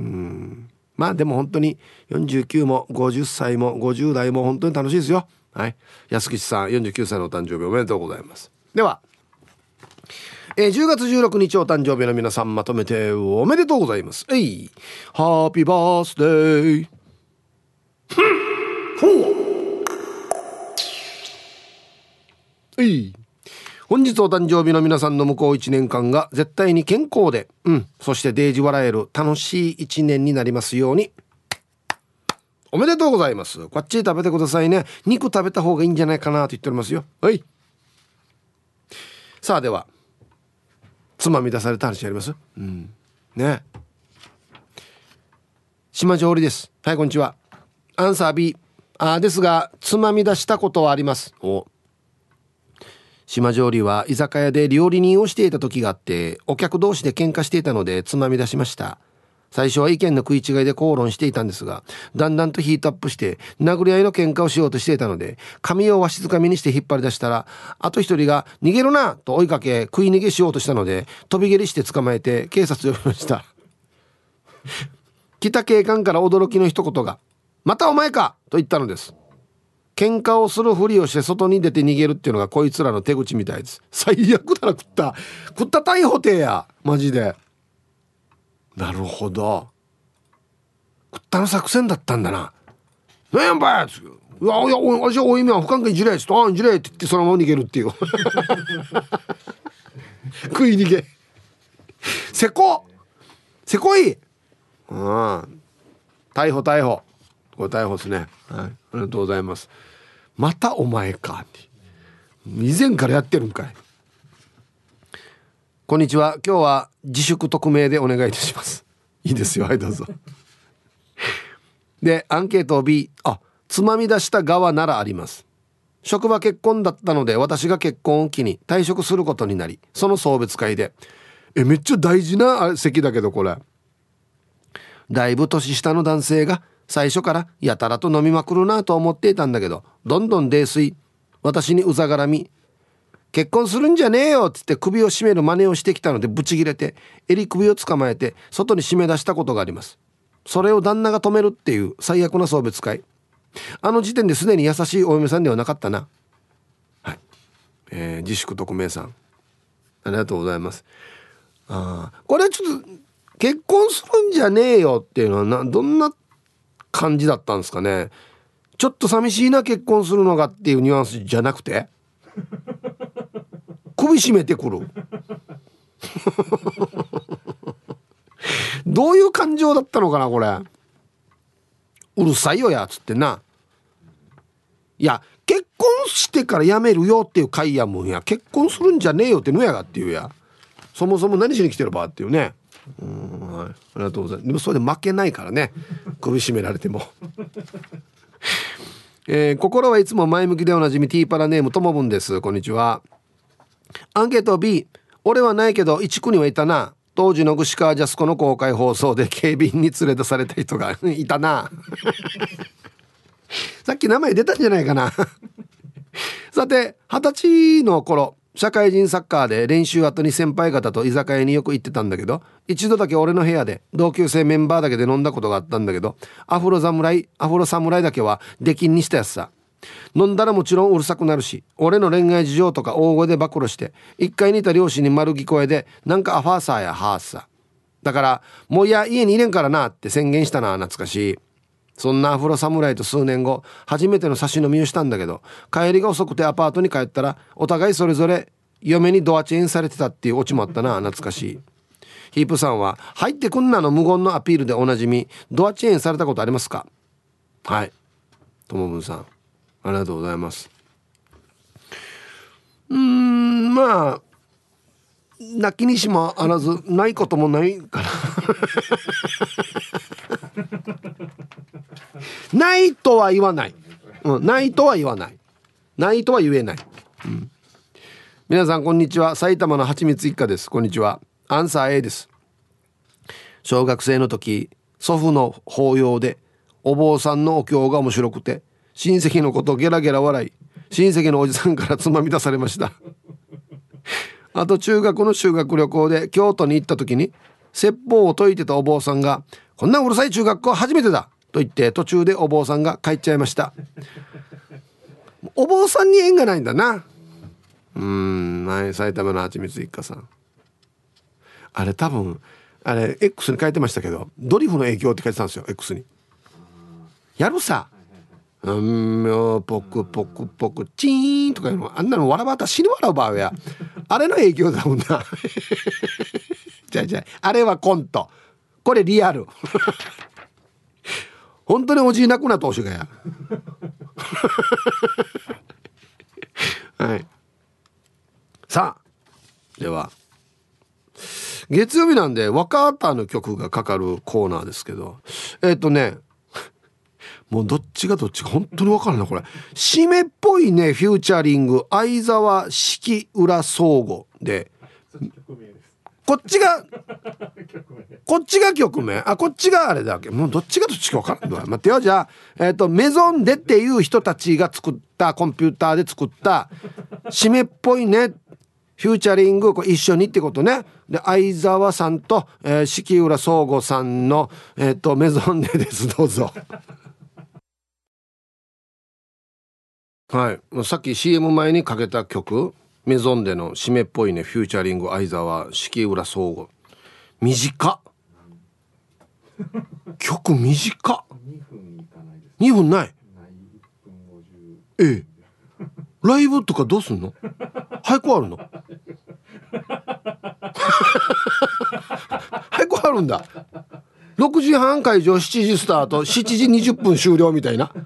まあでも本当によんじゅうきゅうもごじゅっさいもごじゅう代も本当に楽しいですよ。はい、安吉さんよんじゅうきゅうさいのお誕生日おめでとうございます。では、えー、じゅうがつじゅうろくにちお誕生日の皆さん、まとめておめでとうございます。えい、ハッピーバースデー。えい、本日お誕生日の皆さんの向こういちねんかんが絶対に健康で、うん、そしてデージ笑える楽しいいちねんになりますように。おめでとうございます。こっち食べてくださいね。肉食べた方がいいんじゃないかなと言っておりますよ。はい。さあ、ではつまみ出された話あります？うん。ね。島上りです。はい、こんにちは。アンサー B。あですが、つまみ出したことはあります。お。島上りは居酒屋で料理人をしていた時があって、お客同士で喧嘩していたのでつまみ出しました。最初は意見の食い違いで口論していたんですが、だんだんとヒートアップして殴り合いの喧嘩をしようとしていたので、髪をわしづかみにして引っ張り出したら、あと一人が逃げるなと追いかけ食い逃げしようとしたので、飛び蹴りして捕まえて警察を呼びました北警官から驚きの一言が、またお前かと言ったのです。喧嘩をするふりをして外に出て逃げるっていうのがこいつらの手口みたいです。最悪だな。食った食った逮捕刑やマジで。なるほど、食ったの作戦だったんだな。何やんばい。いやいや、わしはお意味は不関係にじれいちょっとあんじれいって言ってそのまま逃げるっていう食い逃げせこせこい。うん、 逮捕逮捕、これ逮捕ですね。はい、ありがとうございます。またお前かって以前からやってるんかい。こんにちは、今日は自粛匿名でお願いいたします。いいですよ、はいどうぞ。でアンケート B、 あ、つまみ出した側ならあります。職場結婚だったので私が結婚を機に退職することになり、その送別会で、えめっちゃ大事な席だけど、これだいぶ年下の男性が最初からやたらと飲みまくるなと思っていたんだけど、どんどん泥酔、私にうざがらみ、結婚するんじゃねえよっつって首を絞める真似をしてきたのでブチギレて襟首を捕まえて外に締め出したことがあります。それを旦那が止めるっていう最悪な送別会。あの時点ですでに優しいお嫁さんではなかったな。はい、えー、自粛匿名さんありがとうございます。あ、これちょっと結婚するんじゃねえよっていうのはな、どんな感じだったんですかね。ちょっと寂しいな結婚するのがっていうニュアンスじゃなくて首絞めてくるどういう感情だったのかなこれ。うるさいよやつってな。いや結婚してから辞めるよっていう会やもんや、結婚するんじゃねえよってのやがっていうや、そもそも何しに来てるばっていうね。うん、はい、ありがとうございます。でもそれで負けないからね、首絞められてもえー、心はいつも前向きでおなじみティーパラネームともぶんです。こんにちは。アンケート B、 俺はないけど一区にはいたな。当時の串川ジャスコの公開放送で警備員に連れ出された人がいたなさっき名前出たんじゃないかなさて二十歳の頃、社会人サッカーで練習後に先輩方と居酒屋によく行ってたんだけど、一度だけ俺の部屋で同級生メンバーだけで飲んだことがあったんだけど、アフロ侍アフロ侍だけは出禁にしたやつさ。飲んだらもちろんうるさくなるし、俺の恋愛事情とか大声で暴露して、一階にいた両親に丸聞こえでなんかアファーサーやハーサーだからもういや家にいれんからなって宣言したな。懐かしい。そんなアフロ侍と数年後初めての差し飲みをしたんだけど、帰りが遅くてアパートに帰ったらお互いそれぞれ嫁にドアチェーンされてたっていうオチもあったな。懐かしい。ヒープさんは入ってくんなの無言のアピールでおなじみドアチェーンされたことありますか。はい、ともぶんさんありがとうございます。うーん、まあ泣きにしもあらずないこともないからないとは言わない、うん、ないとは言わないないとは言えない、うん、皆さんこんにちは。埼玉のはちみつ一家です。こんにちは。アンサー A です。小学生の時祖父の法要でお坊さんのお経が面白くて親戚のことをゲラゲラ笑い、親戚のおじさんからつまみ出されましたあと中学の修学旅行で京都に行った時に説法を説いてたお坊さんがこんなうるさい中学校初めてだと言って途中でお坊さんが帰っちゃいましたお坊さんに縁がないんだな。うーん、はい、埼玉のはちみつ一家さん、あれ多分あれ X に書いてましたけどドリフの影響って書いてたんですよ X に。やるさうんよポクポクポクチーンとかいうのあんなの笑わったら死に笑う場合やあれの影響だもんなじゃあじゃああれはコント、これリアル本当におじいなくなったおしがやはい、さあでは月曜日なんで若田の曲がかかるコーナーですけど、えっとねもうどっちがどっちか本当に分からないなこれ。締めっぽいねフューチャリング相沢四季浦相互で、こっちがこっちが曲名、あこっちがあれだっけ、もうどっちがどっちか分からない。待ってよ、じゃあ、えーと、メゾンデっていう人たちが作ったコンピューターで作った締めっぽいねフューチャリングこれ一緒にってことね。で相沢さんと、えー、四季浦相互さんの、えーと、メゾンデです。どうぞはい、さっき シーエム 前にかけた曲メゾンデの締めっぽいねフューチャリング相沢四季浦相互、短っ曲短っにふんない。ええライブとかどうすんの、俳句あるの俳句あるんだ。 ろくじはん会場しちじスタートしちじにじゅっぷん終了みたいな。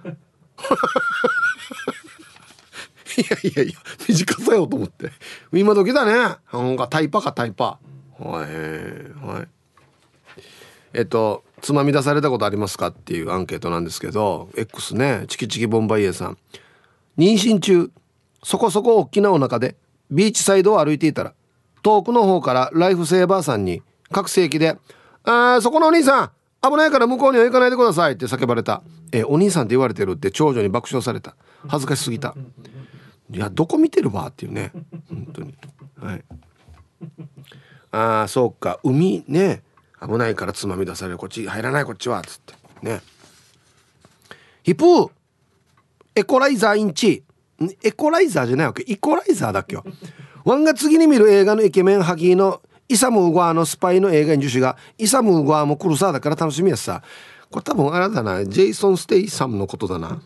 いやいやいや短さよと思って今時だね。なんかタイパかタイパ。はいはい。えっとつまみ出されたことありますかっていうアンケートなんですけど X ね。チキチキボンバイエさん、妊娠中そこそこ大きなお腹でビーチサイドを歩いていたら遠くの方からライフセーバーさんに拡声器であーそこのお兄さん危ないから向こうには行かないでくださいって叫ばれた。えお兄さんって言われてるって長女に爆笑された。恥ずかしすぎた。いやどこ見てるわっていうね本当に。はい。ああそうか海ね危ないからつまみ出されるこっち入らないこっちはっつってね。ヒプーエコライザーインチエコライザーじゃないわけイコライザーだっけよ。ワンが次に見る映画のイケメンハギーのイサム・ウガーのスパイの映画に助手がイサム・ウガーも来るさだから楽しみやさ。これ多分あれだなジェイソン・ステイサムのことだな。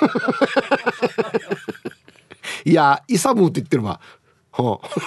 いやイサムって言ってるわ。ほう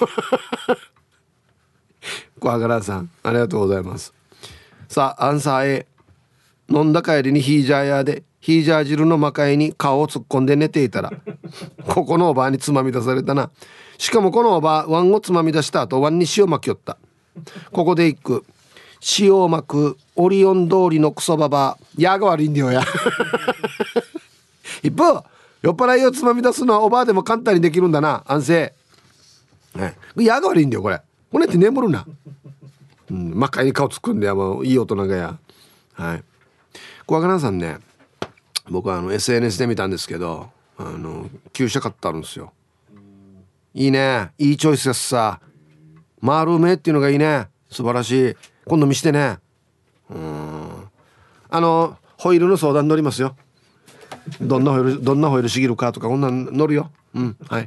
小原らさんありがとうございます。さあアンサー A、 飲んだ帰りにヒージャー屋でヒージャー汁の魔界に顔を突っ込んで寝ていたらここのおばあにつまみ出されたな。しかもこのおばあワンをつまみ出した後ワンに塩巻きよった。ここで一句塩を巻くオリオン通りのクソババアやが悪いんだよや。一方酔っ払いをつまみ出すのはおばあでも簡単にできるんだな安静、ね、やが悪いんだよこれ。これって眠るな、うん、魔界に顔突っ込んでやもういい大人がや。はい小若菜さんね僕はあの エスエヌエス で見たんですけどあの旧車買ってあるんですよ。いいねいいチョイスですさ。丸めっていうのがいいね素晴らしい。今度見してね。うーんあのホイールの相談乗りますよ。どんなホイールどんなホイールしぎるかとかこんなん乗るよ。うんはい。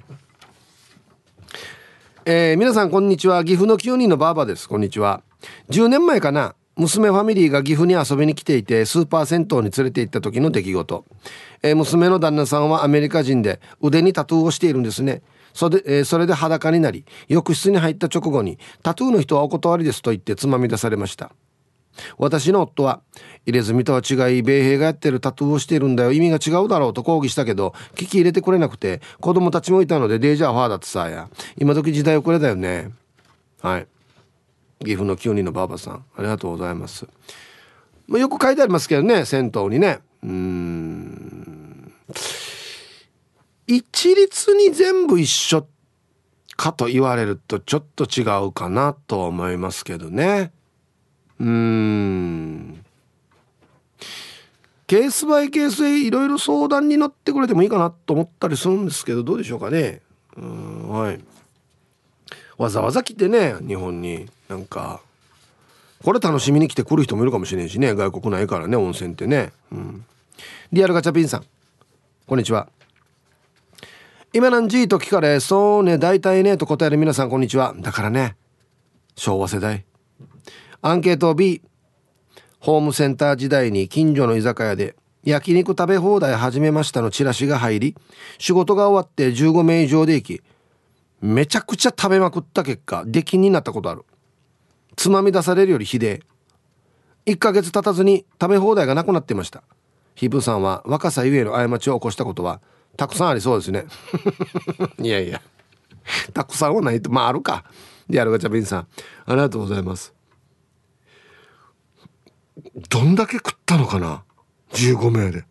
えー、皆さんこんにちは岐阜のきゅうにんのバーバです。こんにちは。じゅうねんまえかな娘ファミリーが岐阜に遊びに来ていてスーパー銭湯に連れて行った時の出来事、えー、娘の旦那さんはアメリカ人で腕にタトゥーをしているんですね。それで、えー、それで裸になり浴室に入った直後にタトゥーの人はお断りですと言ってつまみ出されました。私の夫は入れ墨とは違い米兵がやってるタトゥーをしているんだよ意味が違うだろうと抗議したけど聞き入れてくれなくて子供たちもいたのでデージャーファーだってさや今時時代遅れだよね。はい岐阜のきゅうにんのバーバさんありがとうございます。よく書いてありますけどね銭湯にねうーん一律に全部一緒かと言われるとちょっと違うかなと思いますけどね。うーんケースバイケースでいろいろ相談に乗ってくれてもいいかなと思ったりするんですけどどうでしょうかね。うーんはいわざわざ来てね日本になんかこれ楽しみに来てくる人もいるかもしれんしね外国ないからね温泉ってね、うん、リアルガチャピンさんこんにちは。今何時と聞かれそうね大体ねと答える皆さんこんにちは。だからね昭和世代。アンケート B ホームセンター時代に近所の居酒屋で焼肉食べ放題始めましたのチラシが入り仕事が終わってじゅうごめい以上で行きめちゃくちゃ食べまくった結果出禁になったことある。つまみ出されるよりひでえ。いっかげつ経たずに食べ放題がなくなっていました。ヒブさんは若さゆえの過ちを起こしたことはたくさんありそうですね。いやいやたくさんはないとまああるか。リアルガチャピンさんありがとうございます。どんだけ食ったのかなじゅうごめいで。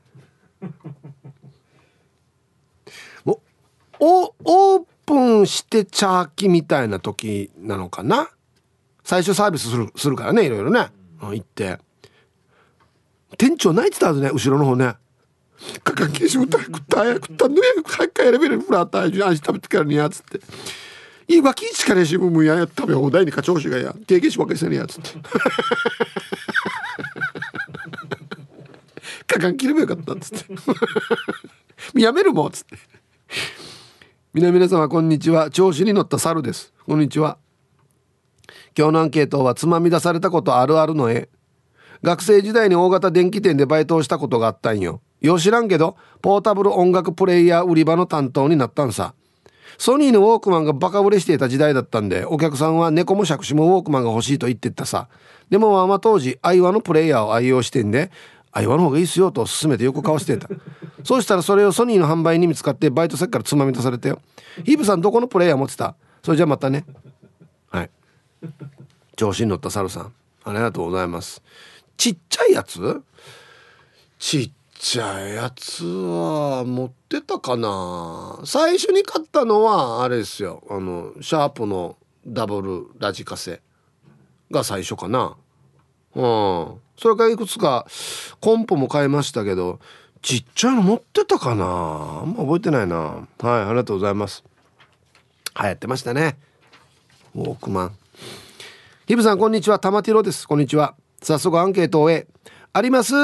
もうオープンしてチャーキみたいな時なのかな。最初サービスするするからねいろいろね、うん、行って店長泣いてたはずね後ろの方ね。かかんけしもた食った食ったんのや早く帰れべるフラーター味食べてからにやつっていいわきちからしぶむや食べ放題に課長しがや経験しばかりせねやつってかかん切ればよかったっつってやめるもんっつって皆皆様こんにちは。調子に乗った猿です。こんにちは。今日のアンケートはつまみ出されたことあるあるの絵。学生時代に大型電気店でバイトをしたことがあったんよ。よう知らんけどポータブル音楽プレイヤー売り場の担当になったんさ。 ソニーのウォークマンがバカ売れしていた時代だったんで、お客さんは猫も杓子もウォークマンが欲しいと言ってったさ。でもママ当時アイワのプレイヤーを愛用してんで、アイワの方がいいっすよと勧めてよく買わせてた。そうしたらそれをソニーの販売に見つかってバイト先からつまみ出されたよ。ヒープさんどこのプレイヤー持ってた？それじゃまたね。はい、調子に乗ったサルさんありがとうございます。ちっちゃいやつちっちゃいやつは持ってたかな。最初に買ったのはあれですよ、あのシャープのダブルラジカセが最初かな。うん、それからいくつかコンポも買いましたけど、ちっちゃいの持ってたかな、あんま覚えてないな。はい、ありがとうございます。流行ってましたね、ウォークマン。ヒブさんこんにちは、玉ティロです。こんにちは。早速アンケートを終えあります。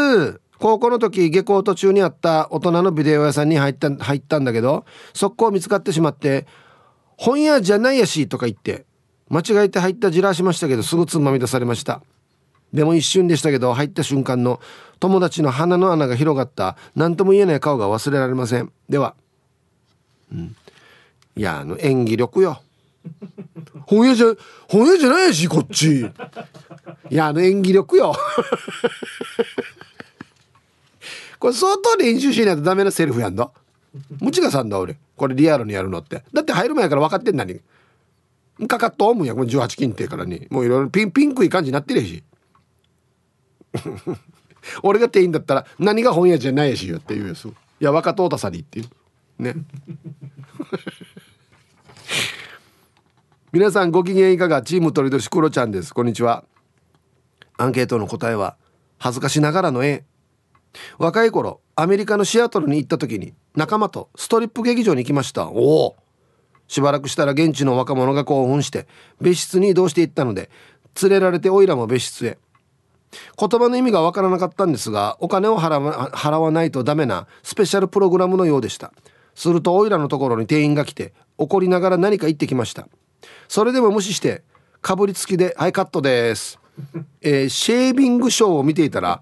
高校の時下校途中にあった大人のビデオ屋さんに入った入ったんだけど、速攻見つかってしまって、本屋じゃないやしとか言って間違えて入ったじらしましたけど、すぐつまみ出されました。でも一瞬でしたけど、入った瞬間の友達の鼻の穴が広がった何とも言えない顔が忘れられません。では、うん、いやあの演技力よ。本屋じゃ本屋じゃないやしこっち。いやあの演技力よ。これ相当練習しないとダメなセリフやんだ。ムチガさんだ俺これリアルにやるのって。だって入る前から分かってんなにかかっと思うんや。これじゅうはち金ってからにもういろいろピンピンクい感じになってるし。俺が店員だったら何が本屋じゃないやしよって言うやつ。いや若とうたさにっていうね。皆さんご機嫌いかが。チーム鳥年クロちゃんです。こんにちは。アンケートの答えは恥ずかしながらの A。 若い頃アメリカのシアトルに行った時に仲間とストリップ劇場に行きました。おお。しばらくしたら現地の若者が興奮して別室に移動していったので、連れられてオイラも別室へ。言葉の意味がわからなかったんですが、お金を払わ、払わないとダメなスペシャルプログラムのようでした。するとオイラのところに店員が来て怒りながら何か言ってきました。それでも無視してかぶりつきではいカットです、えー、シェービングショーを見ていたら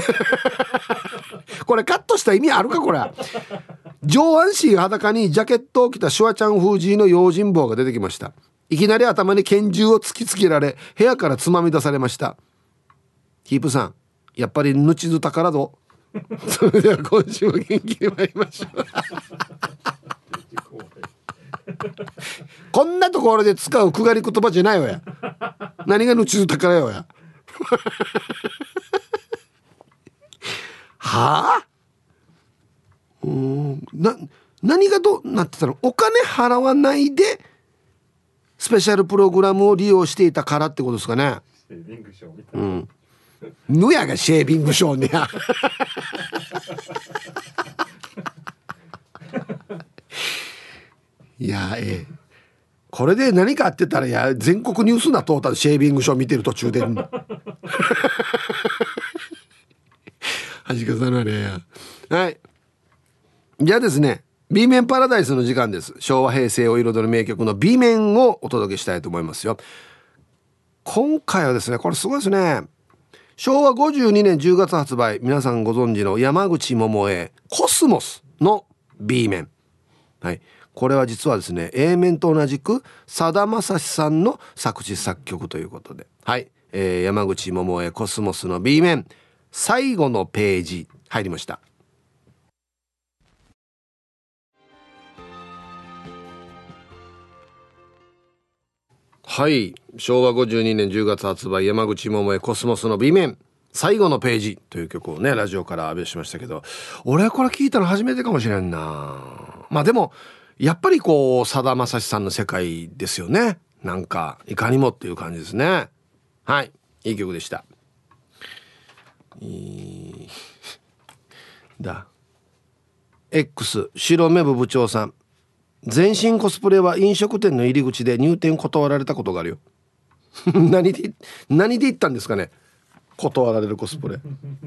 これカットした意味あるか。これ上半身裸にジャケットを着たシュワちゃん風じの用心棒が出てきました。いきなり頭に拳銃を突きつけられ部屋からつまみ出されました。ヒープさんやっぱりぬちず宝どそれでは今週も元気に参りましょう。こんなところで使うくがり言葉じゃないわや。何がぬちず宝よや。はあ、うーんな何がどうなってたの。お金払わないでスペシャルプログラムを利用していたからってことですかね。うん、ぬやがシェービングショーねや。いやええ、これで何かあってたら、いや全国ニュースなトータルシェービングショー見てる途中で。はじかさなれや。はい、じゃあですね B 面パラダイスの時間です。昭和平成を彩る名曲の B 面をお届けしたいと思いますよ。今回はですねこれすごいですね。しょうわごじゅうにねんじゅうがつ発売、皆さんご存知の山口百恵コスモスの B 面。はい、これは実はですね A 面と同じくさだまさしさんの作詞作曲ということで、はい、えー、山口百恵コスモスの B 面最後のページ入りました。はい、しょうわごじゅうにねんじゅうがつ発売、山口百恵コスモスの B 面最後のページという曲をねラジオから浴びしましたけど、俺はこれ聞いたの初めてかもしれんな。まあでもやっぱりこうさだまさしさんの世界ですよね。なんかいかにもっていう感じですね。はい、いい曲でした。いいだ X 白目部部長さん、全身コスプレは飲食店の入り口で入店断られたことがあるよ。何で何で言ったんですかね、断られるコスプレ。うん、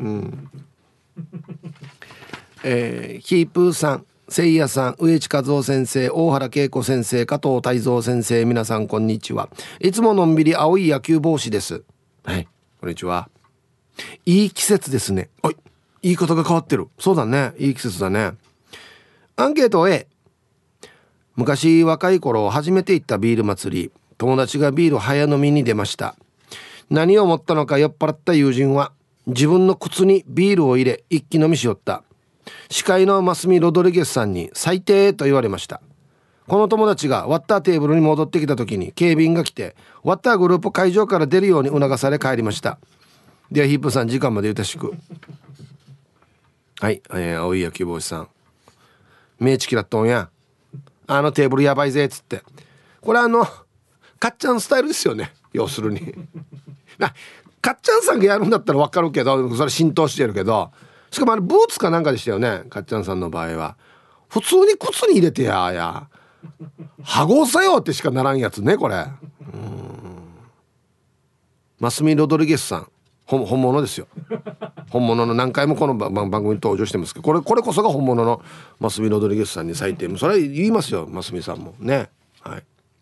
えー、ヒープーさん、せいやさん、植地和夫先生、大原恵子先生、加藤泰造先生、皆さんこんにちは。いつものんびり青い野球帽子です。はい、こんにちは。いい季節ですね。おい、言い方が変わってる。そうだね、いい季節だね。アンケート A、 昔若い頃初めて行ったビール祭り、友達がビール早飲みに出ました。何を思ったのか酔っ払った友人は自分の靴にビールを入れ一気飲みしよった。司会のマスミ・ロドリゲスさんに最低と言われました。この友達がワッターテーブルに戻ってきた時に警備員が来てワッターグループ会場から出るように促され帰りました。ではヒップさん時間までゆたしく。はい、えー、青い野球帽子さん名チキラットンやあのテーブルやばいぜっつって、これあのかっちゃんスタイルですよね。要するになかっちゃんさんがやるんだったら分かるけどそれ浸透してるけど、しかもあれブーツかなんかでしたよね。かっちゃんさんの場合は普通に靴に入れてややはごさよってしかならんやつねこれ。うーんマスミ・ロドリゲスさん本物ですよ。本物の何回もこの番組に登場してますけど、これこれこそが本物のマスミ・ロドリゲスさんに最低。それは言いますよマスミさんもね。はい。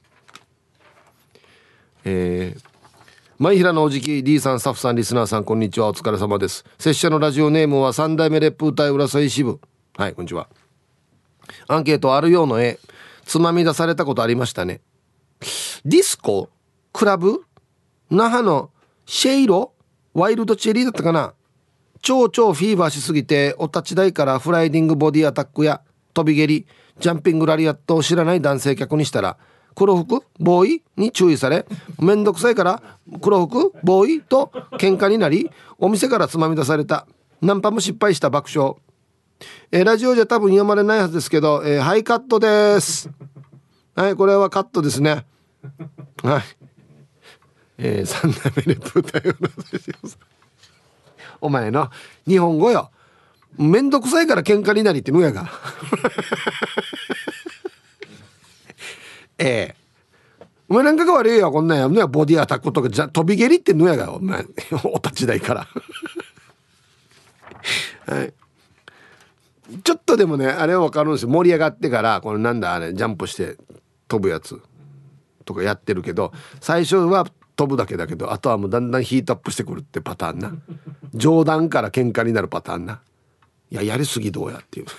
えー、前平のおじき D さん、スタッフさん、リスナーさん、こんにちは。お疲れ様です。拙者のラジオネームは三代目レップ歌い浦添支部。はい、こんにちは。アンケートあるようの絵つまみ出されたことありましたね。ディスコクラブ那覇のシェイロワイルドチェリーだったかな。超超フィーバーしすぎてお立ち台からフライディングボディアタックや飛び蹴りジャンピングラリアットを知らない男性客にしたら黒服ボーイに注意され、めんどくさいから黒服ボーイと喧嘩になり、お店からつまみ出された。ナンパも失敗した爆笑。えー、ラジオじゃ多分読まれないはずですけど、えー、はいカットです。はい、これはカットですね。はい、えー、さん代目レプーターよお前の日本語よ、めんどくさいから喧嘩になりってのやがええお前なんかが悪いよこんなんやね。ボディアタックとかじゃ飛び蹴りってのやがお前お立ち台からはい、ちょっとでもねあれは分かるんですよ。盛り上がってからこのなんだあれジャンプして飛ぶやつとかやってるけど、最初は飛ぶだけだけどあとはもうだんだんヒートアップしてくるってパターンな。冗談から喧嘩になるパターンな。いややりすぎどうやっていう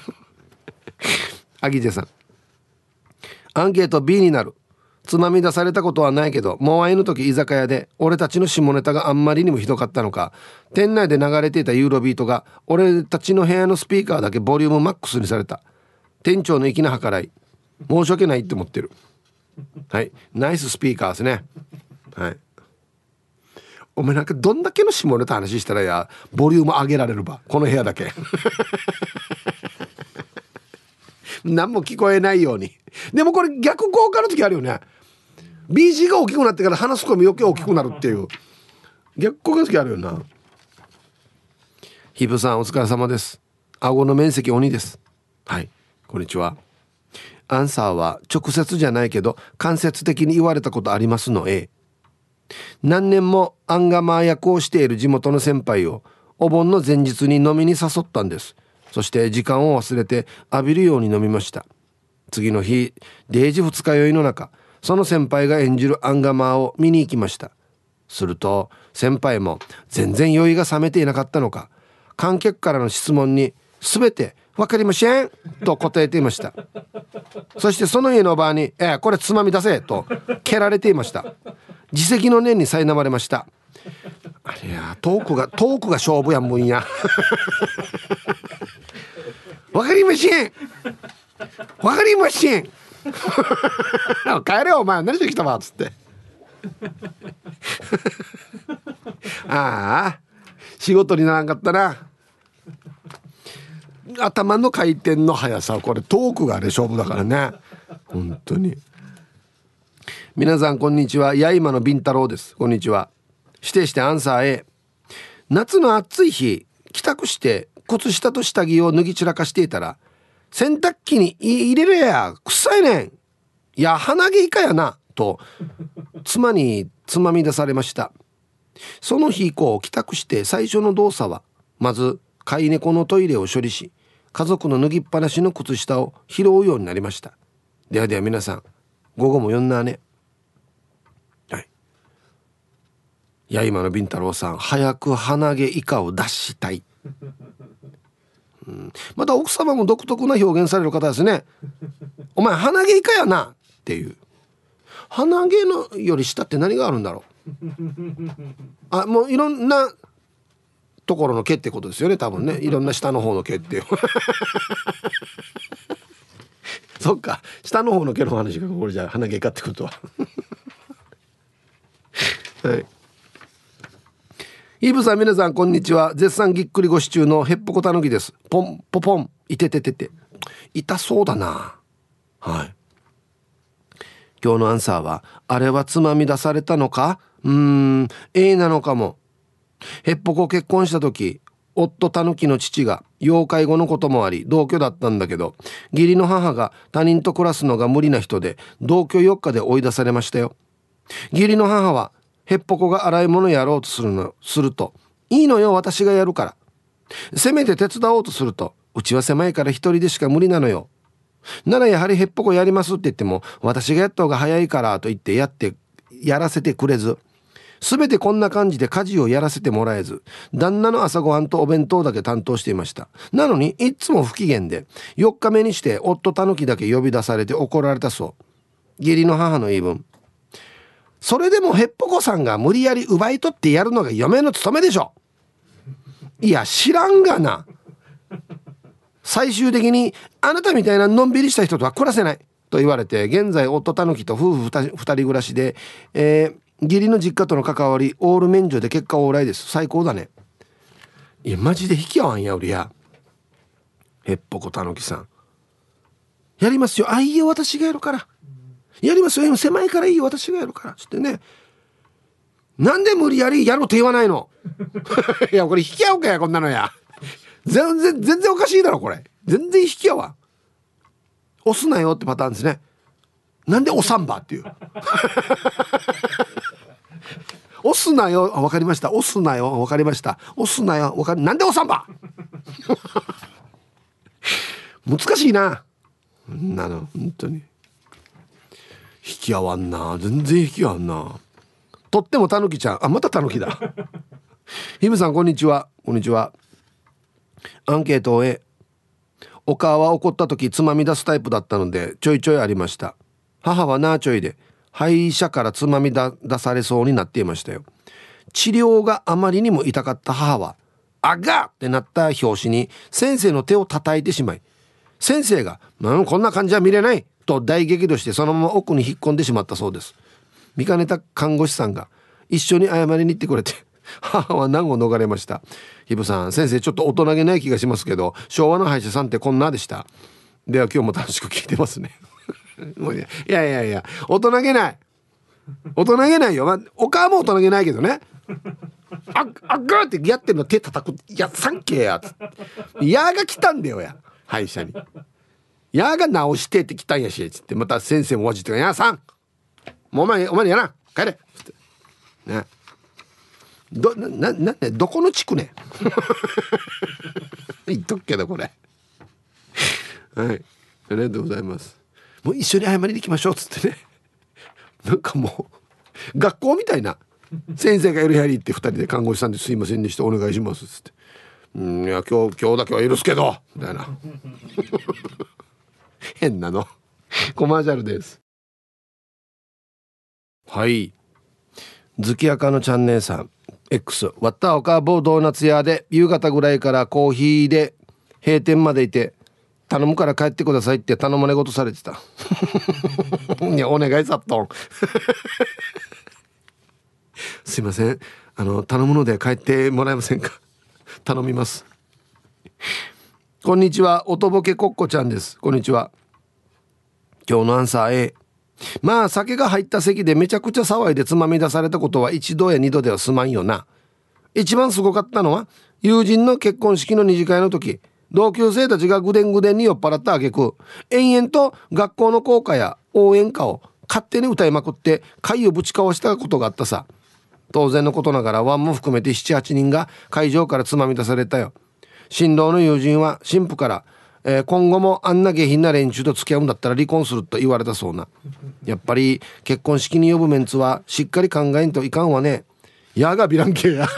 アギジェさんアンケート B になる。つまみ出されたことはないけどモアイの時居酒屋で俺たちの下ネタがあんまりにもひどかったのか、店内で流れていたユーロビートが俺たちの部屋のスピーカーだけボリュームマックスにされた。店長の粋な計らい、申し訳ないって思ってる。はい、ナイススピーカーですね。はい、お前なんかどんだけの下ネタ話したらやボリューム上げられるばこの部屋だけ何も聞こえないように。でもこれ逆効果の時あるよね。 ビージー が大きくなってから話す声も余計大きくなるっていう逆効果の時あるよな。ヒブさんお疲れ様です。顎の面積鬼です。はい、こんにちは。アンサーは直接じゃないけど間接的に言われたことありますの A。 何年もアンガマー役をしている地元の先輩をお盆の前日に飲みに誘ったんです。そして時間を忘れて浴びるように飲みました。次の日デイジ二日酔いの中、その先輩が演じるアンガマーを見に行きました。すると先輩も全然酔いが冷めていなかったのか、観客からの質問に全て分かりませんと答えていました。そしてその家のおばあにえー、これつまみ出せと蹴られていました。自責の念に苛まれました。あれやトークがトークが勝負やんもんや分かりません分かりません帰れよお前何してきたわっつってああ仕事にならんかったな。頭の回転の速さ、これトークがあれ勝負だからね本当に。皆さんこんにちは。やいまのビンタロウです。こんにちは。指定してアンサー A。 夏の暑い日帰宅して靴下と下着を脱ぎ散らかしていたら洗濯機に入れるや臭いねん、いや鼻毛以下やなと妻につまみ出されました。その日以降帰宅して最初の動作はまず飼い猫のトイレを処理し、家族の脱ぎっぱなしの靴下を拾うようになりました。ではでは皆さん午後もよんなね。はい、いや今のビンタロウさん早く鼻毛以下を出したい、うん、また奥様も独特な表現される方ですね。 お前鼻毛以下やなっていう。鼻毛のより下って何があるんだろうあ、もういろんなところの毛ってことですよね多分ね。いろんな下の方の毛っていうそっか、下の方の毛の話がこれじゃ鼻毛かってことははい。イブさん、皆さんこんにちは。絶賛ぎっくり腰中のへっぽこたぬきです。ポンポポン、いてててて、痛そうだな。はい。今日のアンサーは、あれはつまみ出されたのか、うーん A なのかも。へっぽこ結婚した時、夫たぬきの父が要介護のこともあり同居だったんだけど、義理の母が他人と暮らすのが無理な人で同居よっかで追い出されましたよ。義理の母はへっぽこが洗い物やろうとするのすると、いいのよ私がやるから、せめて手伝おうとすると、うちは狭いから一人でしか無理なのよ、ならやはりへっぽこやりますって言っても、私がやった方が早いからと言ってやってやらせてくれず、すべてこんな感じで家事をやらせてもらえず、旦那の朝ごはんとお弁当だけ担当していました。なのにいつも不機嫌で、よっかめにして夫たぬきだけ呼び出されて怒られたそう。義理の母の言い分、それでもへっぽこさんが無理やり奪い取ってやるのが嫁の務めでしょ。いや知らんがな。最終的にあなたみたいなのんびりした人とは暮らせないと言われて、現在夫たぬきと夫婦二人暮らしで、えー、義理の実家との関わりオール免除で結果オーライです。最高だね。いやマジで引き合わんやうりや。へっぽこたぬきさんやりますよ、あいいよ私がやるからやりますよ、狭いからいいよ私がやるからつってね。なんで無理やりやろうって言わないのいやこれ引き合うかやこんなのや。全然全然おかしいだろこれ。全然引き合わん。押すなよってパターンですね。なんで押さんばっていう押すなよ、あ分かりました、押すなよ分かりました、押すなよ分かり、なんで押さんば難しいな、なの本当に引き合わんな、全然引き合わんな。とってもたぬきちゃん、あまたたぬきだひむさんこんにちは。こんにちは。アンケートを終え、お母は怒った時つまみ出すタイプだったのでちょいちょいありました。母はなあちょいで歯医者からつまみだ出されそうになっていましたよ。治療があまりにも痛かった母はあがーってなった拍子に先生の手を叩いてしまい、先生が、うん、こんな感じは見れないと大激怒してそのまま奥に引っ込んでしまったそうです。見かねた看護師さんが一緒に謝りに行ってくれて母は難を逃れました。ひぶさん、先生ちょっと大人げない気がしますけど昭和の歯医者さんってこんなでした？では今日も楽しく聞いてますねもういやいやいや大人げない大人げないよ、まあ、お母も大人げないけどねあっあっぐーってやってるの手叩く、いやサンケーやつやーが来たんだよや歯医者に、やーが直してって来たんやしつってまた先生もわじってやーさんもうお前お前やら帰れつってね。どなななどこの地区ね言っとくけどこれはい、ありがとうございます。もう一緒に謝りに行きましょうっつってねなんかもう学校みたいな、先生がいる部屋に行ってふたりで看護師さんですいませんでしたお願いしますっつって、うんいや今日今日だけは許すけどみたいな変なのコマーシャルです。はい、月赤のチャンネルさん X 割ったおかぼうドーナツ屋で夕方ぐらいからコーヒーで閉店までいて頼むから帰ってくださいって頼まれ事されてたいやお願いさっとんすいませんあの頼むので帰ってもらえませんか頼みます。こんにちは、おとぼけこっこちゃんです。こんにちは。今日のアンサー A、まあ酒が入った席でめちゃくちゃ騒いでつまみ出されたことは一度や二度では済まんよな。一番すごかったのは友人の結婚式の二次会の時、同級生たちがぐでんぐでんに酔っ払った挙句延々と学校の校歌や応援歌を勝手に歌いまくって会をぶちかわしたことがあったさ。当然のことながらワンも含めて ななはちにんが会場からつまみ出されたよ。新郎の友人は新婦からえー、今後もあんな下品な連中と付き合うんだったら離婚すると言われたそうな。やっぱり結婚式に呼ぶメンツはしっかり考えんといかんわね。やがビランケや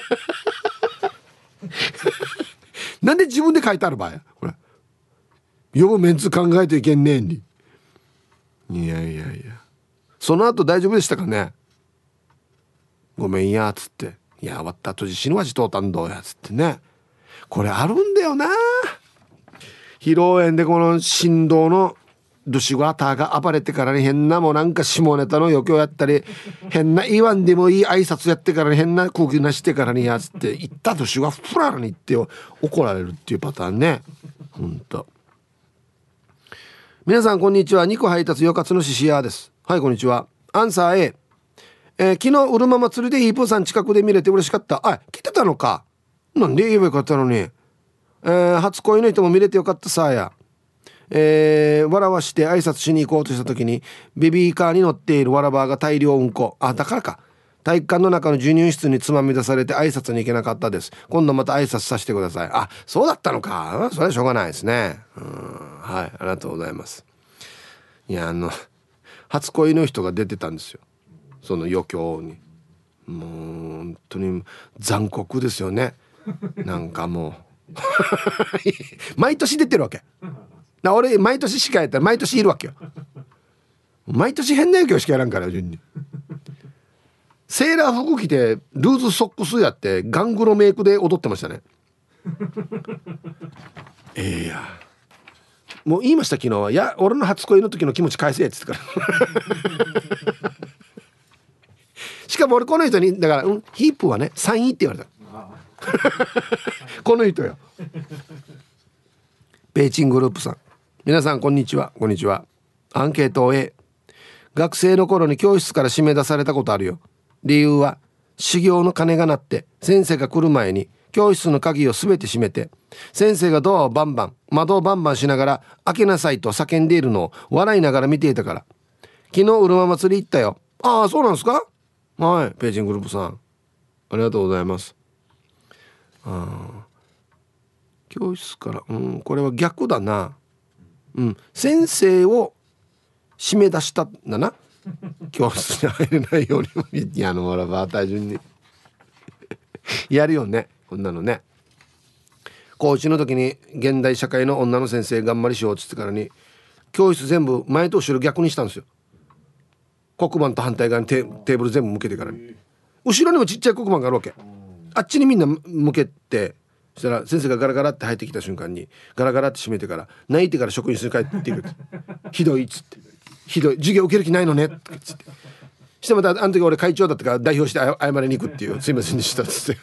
なんで自分で書いてある場合これ呼ぶメンツ考えていけんねえに。いやいやいや、その後大丈夫でしたかね。ごめんやっつって、いや終わった後死ぬわじとうたんどうやっつってね。これあるんだよな。披露宴でこの振動のドシゴアターが暴れてからに変なもうなんか下ネタの余興やったり変な言わんでもいい挨拶やってからに変な空気なしてからにやつって言ったドシゴアフララに言ってよ怒られるっていうパターンね。ほんと。皆さんこんにちは。肉配達よかつのししやです。はいこんにちは。アンサー A、えー、昨日うるま祭りでヒープーさん近くで見れて嬉しかった。あ来てたのか。なんで言えばよかったのに、えー、初恋の人も見れてよかったさや。えー、わらわして挨拶しに行こうとした時にベビーカーに乗っているわらばが大量うんこ、あだからか、体育館の中の授乳室につまみ出されて挨拶に行けなかったです。今度また挨拶させてください。あそうだったのか。それはしょうがないですね。うんはいありがとうございます。いやあの初恋の人が出てたんですよ、その余興に。もう本当に残酷ですよね。なんかもう毎年出てるわけな。俺毎年しかやったら毎年いるわけよ。毎年変な余興しかやらんから順に。セーラー服着てルーズソックスやってガングロメイクで踊ってましたね。ええやもう言いました昨日は。いや俺の初恋の時の気持ち返せって言ってからしかも俺この人にだから、うん、ヒープはねさんいって言われたこの人よ。ペイチングループさん、皆さんこんにちは。こんにちは。アンケート A、 学生の頃に教室から締め出されたことあるよ。理由は修行の鐘が鳴って先生が来る前に教室の鍵をすべて閉めて先生がドアをバンバン窓をバンバンしながら開けなさいと叫んでいるのを笑いながら見ていたから。昨日うるま祭り行ったよ。ああそうなんですか。はいペイチングループさんありがとうございます。あ教室からうんこれは逆だな。うん先生を締め出したんだな教室に入れないように。いやあのほらバーター順にやるよねこんなのね。高知の時に現代社会の女の先生頑張りしようっつってからに教室全部前と後ろ逆にしたんですよ。黒板と反対側に テ, テーブル全部向けてからに後ろにもちっちゃい黒板があるわけ。あっちにみんな向けてそしたら先生がガラガラって入ってきた瞬間にガラガラって閉めてから泣いてから職員室に帰っていくひどいっつってひどい授業受ける気ないのねってつってしてまたあの時俺会長だったから代表して謝りに行くっていうすいませんでしたっつって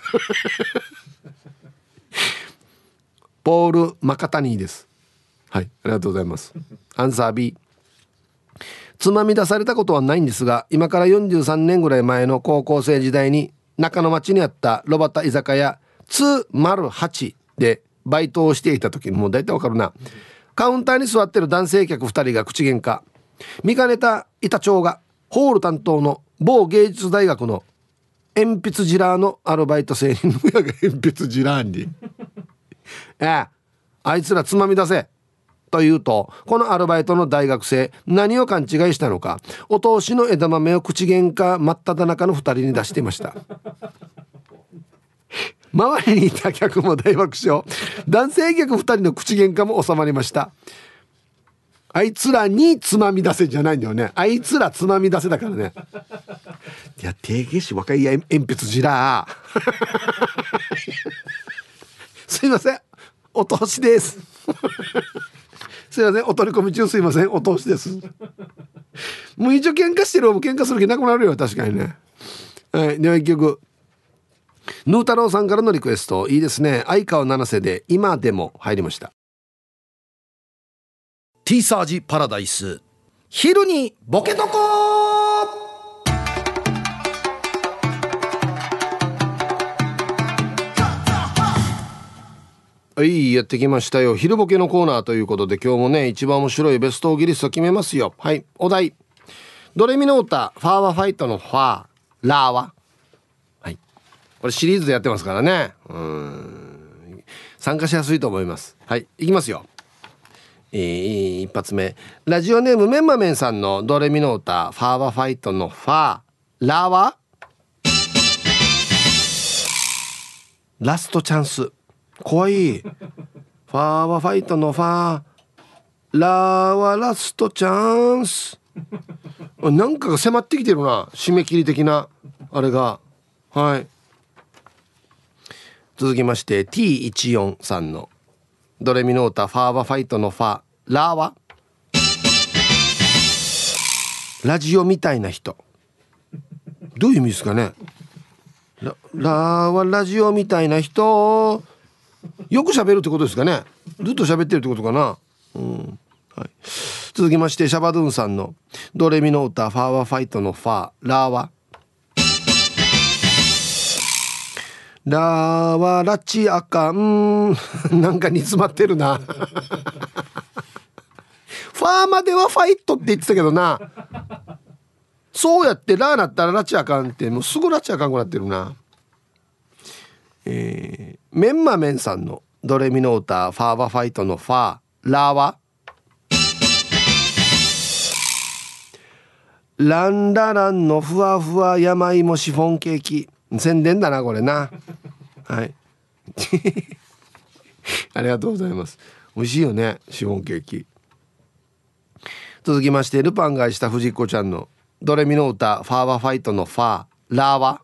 ポール・マカタニーです。はいありがとうございます。アンサー B、 つまみ出されたことはないんですが今からよんじゅうさんねんぐらい前の高校生時代に中野町にあったロバタ居酒屋にまるはちでバイトをしていた時にもう大体わかるな。カウンターに座ってる男性客ふたりが口喧嘩。見かねた板長がホール担当の某芸術大学の鉛筆ジラーのアルバイト生にぬやが鉛筆ジラーにええあいつらつまみ出せと言うとこのアルバイトの大学生何を勘違いしたのかお通しの枝豆を口喧嘩真っ只中のふたりに出していました。周りにいた客も大爆笑。男性客ふたりの口喧嘩も収まりました。あいつらにつまみ出せじゃないんだよね。あいつらつまみ出せだからね。いや定義し若いや鉛筆じらすいませんお通しですすいませんお取り込み中すいませんお通しです。もう一応喧嘩してる喧嘩する気なくなるよ確かにね。はい、では一曲ヌー太郎さんからのリクエストいいですね。相川七瀬で今でも入りました。 ティーサージパラダイス昼にボケとこはいやってきましたよ昼ボケのコーナーということで今日もね一番面白いベストオギリスト決めますよ。はいお題ドレミの歌ファーはファイトのファーラーははいこれシリーズでやってますからねうーん参加しやすいと思います。はいいきますよ。えー、一発目ラジオネームメンマメンさんのドレミの歌ファーはファイトのファーラーはラストチャンス怖いファーはファイトのファーラはラストチャンスなんかが迫ってきてるな、締め切り的なあれが。はい、続きまして ティーいちよん さんのドレミの歌ファーはファイトのファ、ラはラジオみたいな人。どういう意味ですかね。 ラ, ラはラジオみたいな人、よく喋るってことですかね。ずっと喋ってるってことかな、うんはい、続きましてシャバドゥンさんのドレミの歌ファーはファイトのファ、ラはラはラチアカンなんか煮詰まってるなファーまではファイトって言ってたけどな、そうやってラーなったらラチアカンってもうすぐラチアカンくなってるな。えー、メンマメンさんのドレミの歌ファーはファイトのファ、ラはランラランのふわふわ山芋シフォンケーキ。宣伝だなこれなはいありがとうございます。美味しいよねシフォンケーキ。続きましてルパンがした藤子ちゃんのドレミの歌ファーはファイトのファ、ラは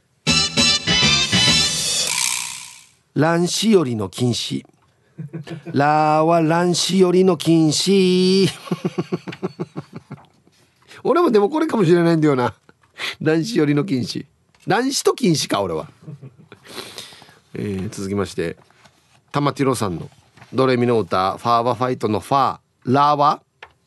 乱視よりの禁止、ラは乱視よりの禁止俺もでもこれかもしれないんだよな、乱視よりの禁止、乱視と禁止か俺は、えー、続きまして玉ティロさんのドレミの歌ファーはファイトのファ、ラは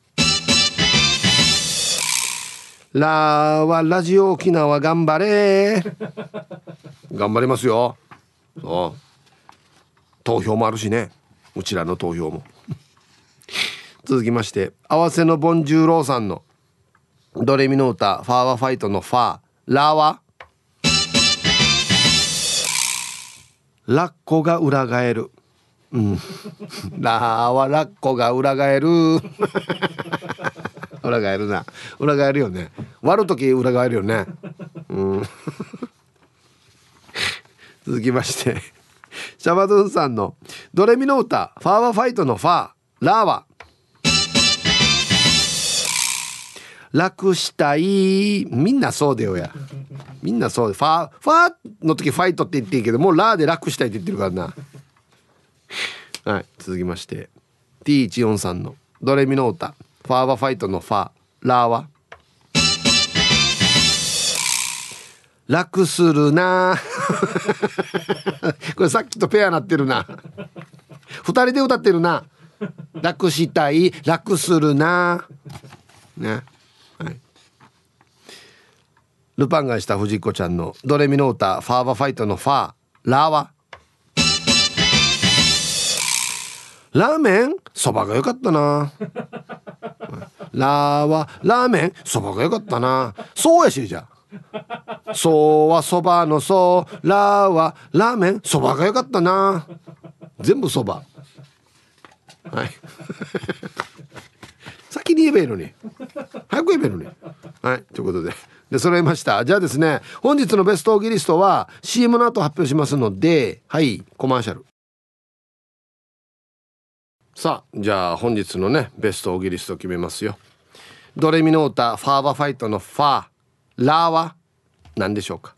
ラはラジオ沖縄頑張れ頑張りますよ。そう投票もあるしね、うちらの投票も続きまして合わせのボンジューローさんのドレミの歌ファーはファイトのファ、ラはラッコが裏返る、うんラはラッコが裏返る裏返るな、裏返るよね、割るとき裏返るよね、うん続きましてシャバドゥンさんのドレミの歌ファーはファイトのファ、ラは楽したい、みんなそうだよや、みんなそうでファーファーの時ファイトって言っていいけどもうラーで楽したいって言ってるからなはい、続きまして ティーいちよん さんのドレミの歌ファーはファイトのファ、ラーは楽するなこれさっきとペアなってるなふたりで歌ってるな、楽したい楽するなね、はい、ルパンがした藤子ちゃんのドレミの歌ファーはファイトのファ、ラーはラーメンそばが良かったなラーはラーメンそばが良かったな、そうやし、じゃあそうはそばのそう、ラーはラーメンそばが良かったな、全部そばはい先に言えばいいのに早く言えばいいのにはい、ということでで揃いました。じゃあですね、本日のベストオギリストは シーエム の後発表しますので、はいコマーシャル。さあじゃあ本日のねベストオギリスト決めますよ。ドレミの歌ファーバファイトのファ、ラーは何でしょうか。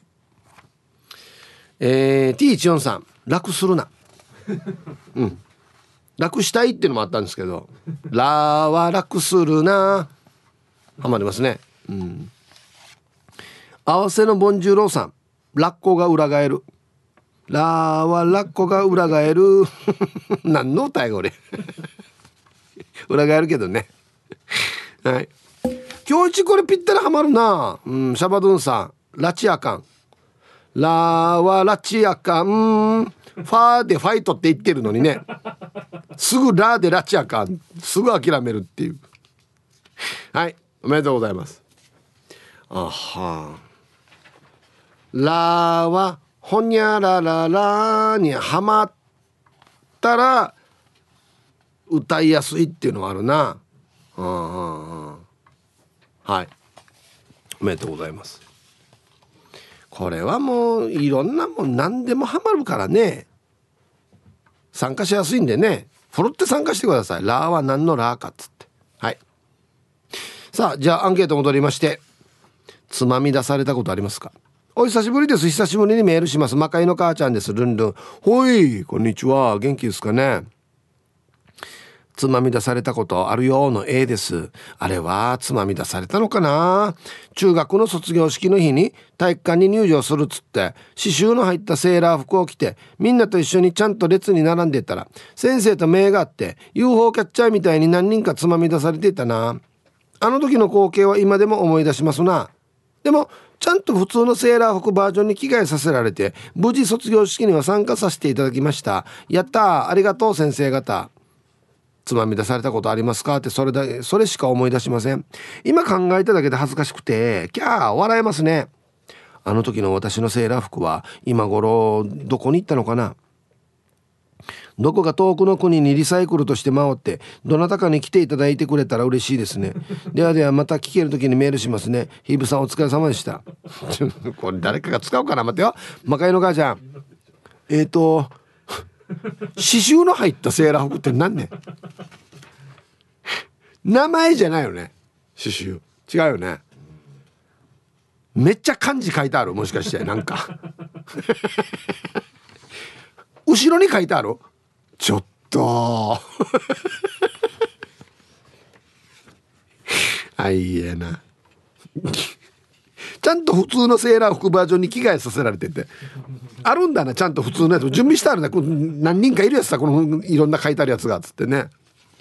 えー、ティーいちよん さん楽するなうん楽したいっていうのもあったんですけどラーは楽するなハマりますね。うん合わせのボンジューローさんラッコが裏返る、ラーはラッコが裏返る何の歌やこれ裏返るけどねはい今日一これぴったりハマるな、うん、シャバドゥンさんラチアカン、ラーはラチアカン、ファーでファイトって言ってるのにねすぐラーでラチアカン、すぐ諦めるっていうはいおめでとうございます。あはラーはほにゃらららにハマったら歌いやすいっていうのはあるな。うんうんうん、はいおめでとうございます。これはもういろんなもん何でもハマるからね、参加しやすいんでねふるって参加してください。ラーは何のラーかっつって。はい。さあじゃあアンケート戻りまして、つまみ出されたことありますか？お久しぶりです。久しぶりにメールします。魔界の母ちゃんです。ルンルン。ほい、こんにちは。元気ですかね。つまみ出されたことあるよの A です。あれはつまみ出されたのかな。中学の卒業式の日に体育館に入場するっつって刺繍の入ったセーラー服を着てみんなと一緒にちゃんと列に並んでいたら、先生と目が合って ユーフォー キャッチャーみたいに何人かつまみ出されていたな。あの時の光景は今でも思い出しますな。でもちゃんと普通のセーラー服バージョンに着替えさせられて無事卒業式には参加させていただきました。やったー、ありがとう先生方。つまみ出されたことありますかって、それだそれしか思い出しません。今考えただけで恥ずかしくてキャー笑えますね。あの時の私のセーラー服は今頃どこに行ったのかな。どこか遠くの国にリサイクルとして回ってどなたかに来ていただいてくれたら嬉しいですね。ではではまた聞ける時にメールしますね。ヒーブさんお疲れ様でしたこれ誰かが使うかな。待ってよ、魔界の母ちゃん。えーと刺繍の入ったセーラー服って何ね名前じゃないよね。刺繍違うよね。めっちゃ漢字書いてある。もしかしてなんか後ろに書いてある。ちょっとあいえなちゃんと普通のセーラー服バージョンに着替えさせられててあるんだな。ちゃんと普通のやつ準備してあるんだ。何人かいるやつさ、このいろんな書いてあるやつがつってね。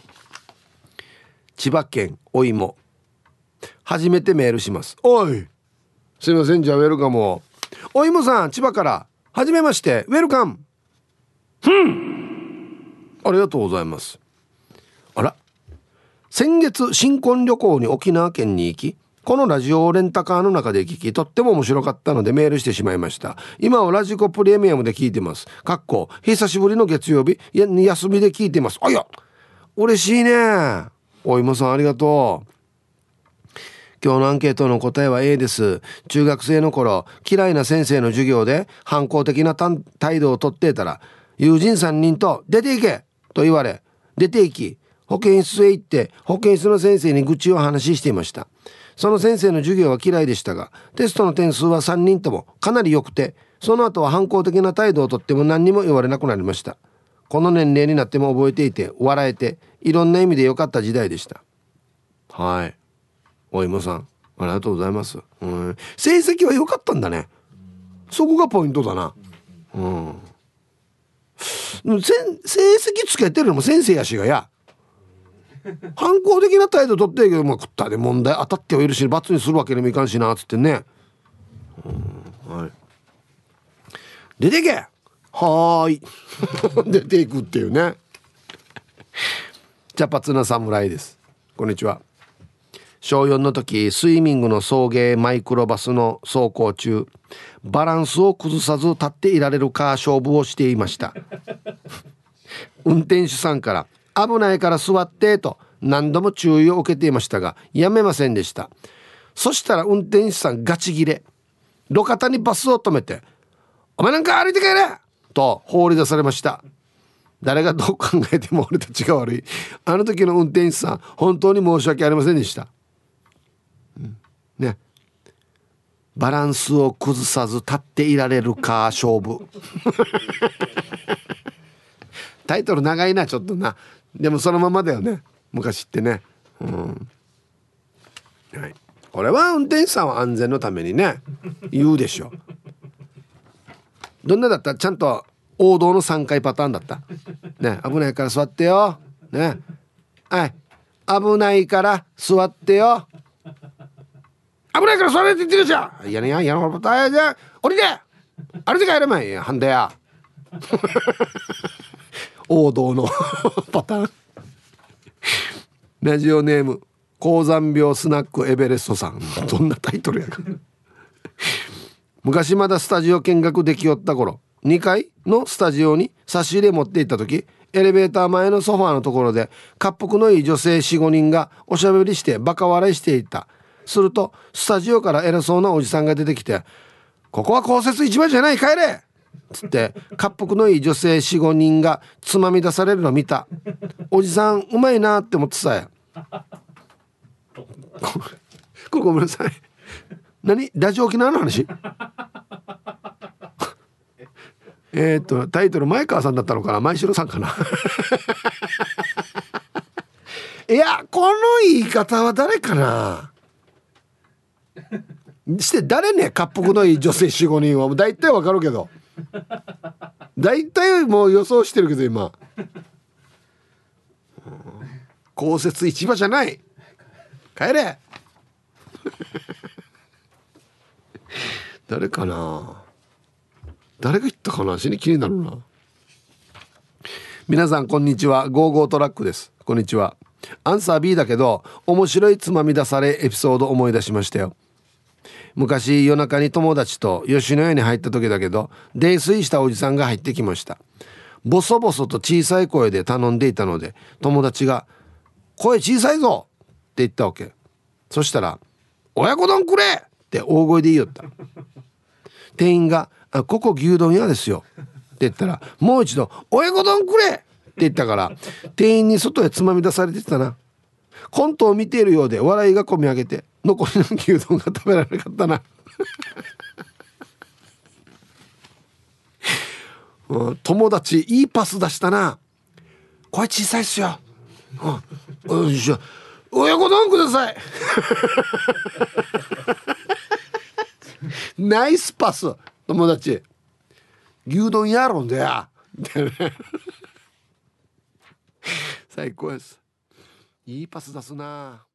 千葉県お芋、初めてメールします。おいすいません、じゃあウェルカム。お芋さん、千葉からはじめまして、ウェルカム。ふん、ありがとうございます。あら、先月新婚旅行に沖縄県に行き、このラジオをレンタカーの中で聞き、とっても面白かったのでメールしてしまいました。今はラジコプレミアムで聞いてます。かっこ久しぶりの月曜日や休みで聞いてます。あ、いや嬉しいね。お芋さんありがとう。今日のアンケートの答えは A です。中学生の頃、嫌いな先生の授業で反抗的な態度をとっていたら、友人さんにんと出て行けと言われ、出て行き保健室へ行って保健室の先生に愚痴を話していました。その先生の授業は嫌いでしたが、テストの点数はさんにんともかなり良くて、その後は反抗的な態度をとっても何にも言われなくなりました。この年齢になっても覚えていて笑えて、いろんな意味で良かった時代でした。はい、お芋さんありがとうございます。うん、成績は良かったんだね。そこがポイントだな。うん、成績つけてるのも先生やしがや反抗的な態度取ってるけど、まあ、食ったで問題当たってはいるし罰にするわけにもいかんしなっつってね。うん、はい、出てけはーい出ていくっていうね茶髪な侍です。こんにちは。小よんの時、スイミングの送迎マイクロバスの走行中、バランスを崩さず立っていられるか勝負をしていました運転手さんから危ないから座ってと何度も注意を受けていましたがやめませんでした。そしたら運転手さんガチギレ、路肩にバスを止めてお前なんか歩いて帰れと放り出されました。誰がどう考えても俺たちが悪い。あの時の運転手さん本当に申し訳ありませんでした、うんね、バランスを崩さず立っていられるか勝負タイトル長いなちょっとな。でもそのままだよね昔ってね、うん、はい、これは運転手さんは安全のためにね言うでしょ。どんなだった？ちゃんと王道のさんかいパターンだったね。危ないから座ってよね。はい、危ないから座ってよ、危ないから座れって言ってるじゃん。いやねややのパターンじゃ降りて歩いて帰れまいやはんだや王道のパターンラジオネーム高山病スナックエベレストさんどんなタイトルやか昔まだスタジオ見学できよった頃、にかいのスタジオに差し入れ持って行った時、エレベーター前のソファーのところで恰幅のいい女性 よん,ご 人がおしゃべりしてバカ笑いしていた。するとスタジオから偉そうなおじさんが出てきて、ここは公設一番じゃない帰れつって恰幅のいい女性 よん,ご 人がつまみ出されるの見た。おじさんうまいなって思ってさやこれごめんなさい、何ラジオ沖縄の話えっとタイトル前川さんだったのかな、前城さんかないやこの言い方は誰かなして誰ね、恰幅のいい女性 よん,ご 人はもう大体わかるけど大体もう予想してるけど今公設市場じゃない、帰れ誰かな、誰が言ったかな、死に気になるな。皆さんこんにちは、ゴーゴートラックです。こんにちは。アンサー ビー だけど面白いつまみ出されエピソード思い出しましたよ。昔夜中に友達と吉野家に入った時だけど泥酔したおじさんが入ってきました。ボソボソと小さい声で頼んでいたので友達が声小さいぞって言ったわけ。そしたら親子丼くれって大声で言いよった。店員がここ牛丼屋ですよって言ったらもう一度親子丼くれって言ったから店員に外へつまみ出されてたな。コントを見ているようで笑いがこみ上げて残りの牛丼が食べられなかったな友達いいパス出したな。声小さいっすよ、うん、よいしょ親子丼くださいナイスパス友達、牛丼やろんだよ最高です。いいパス出すな。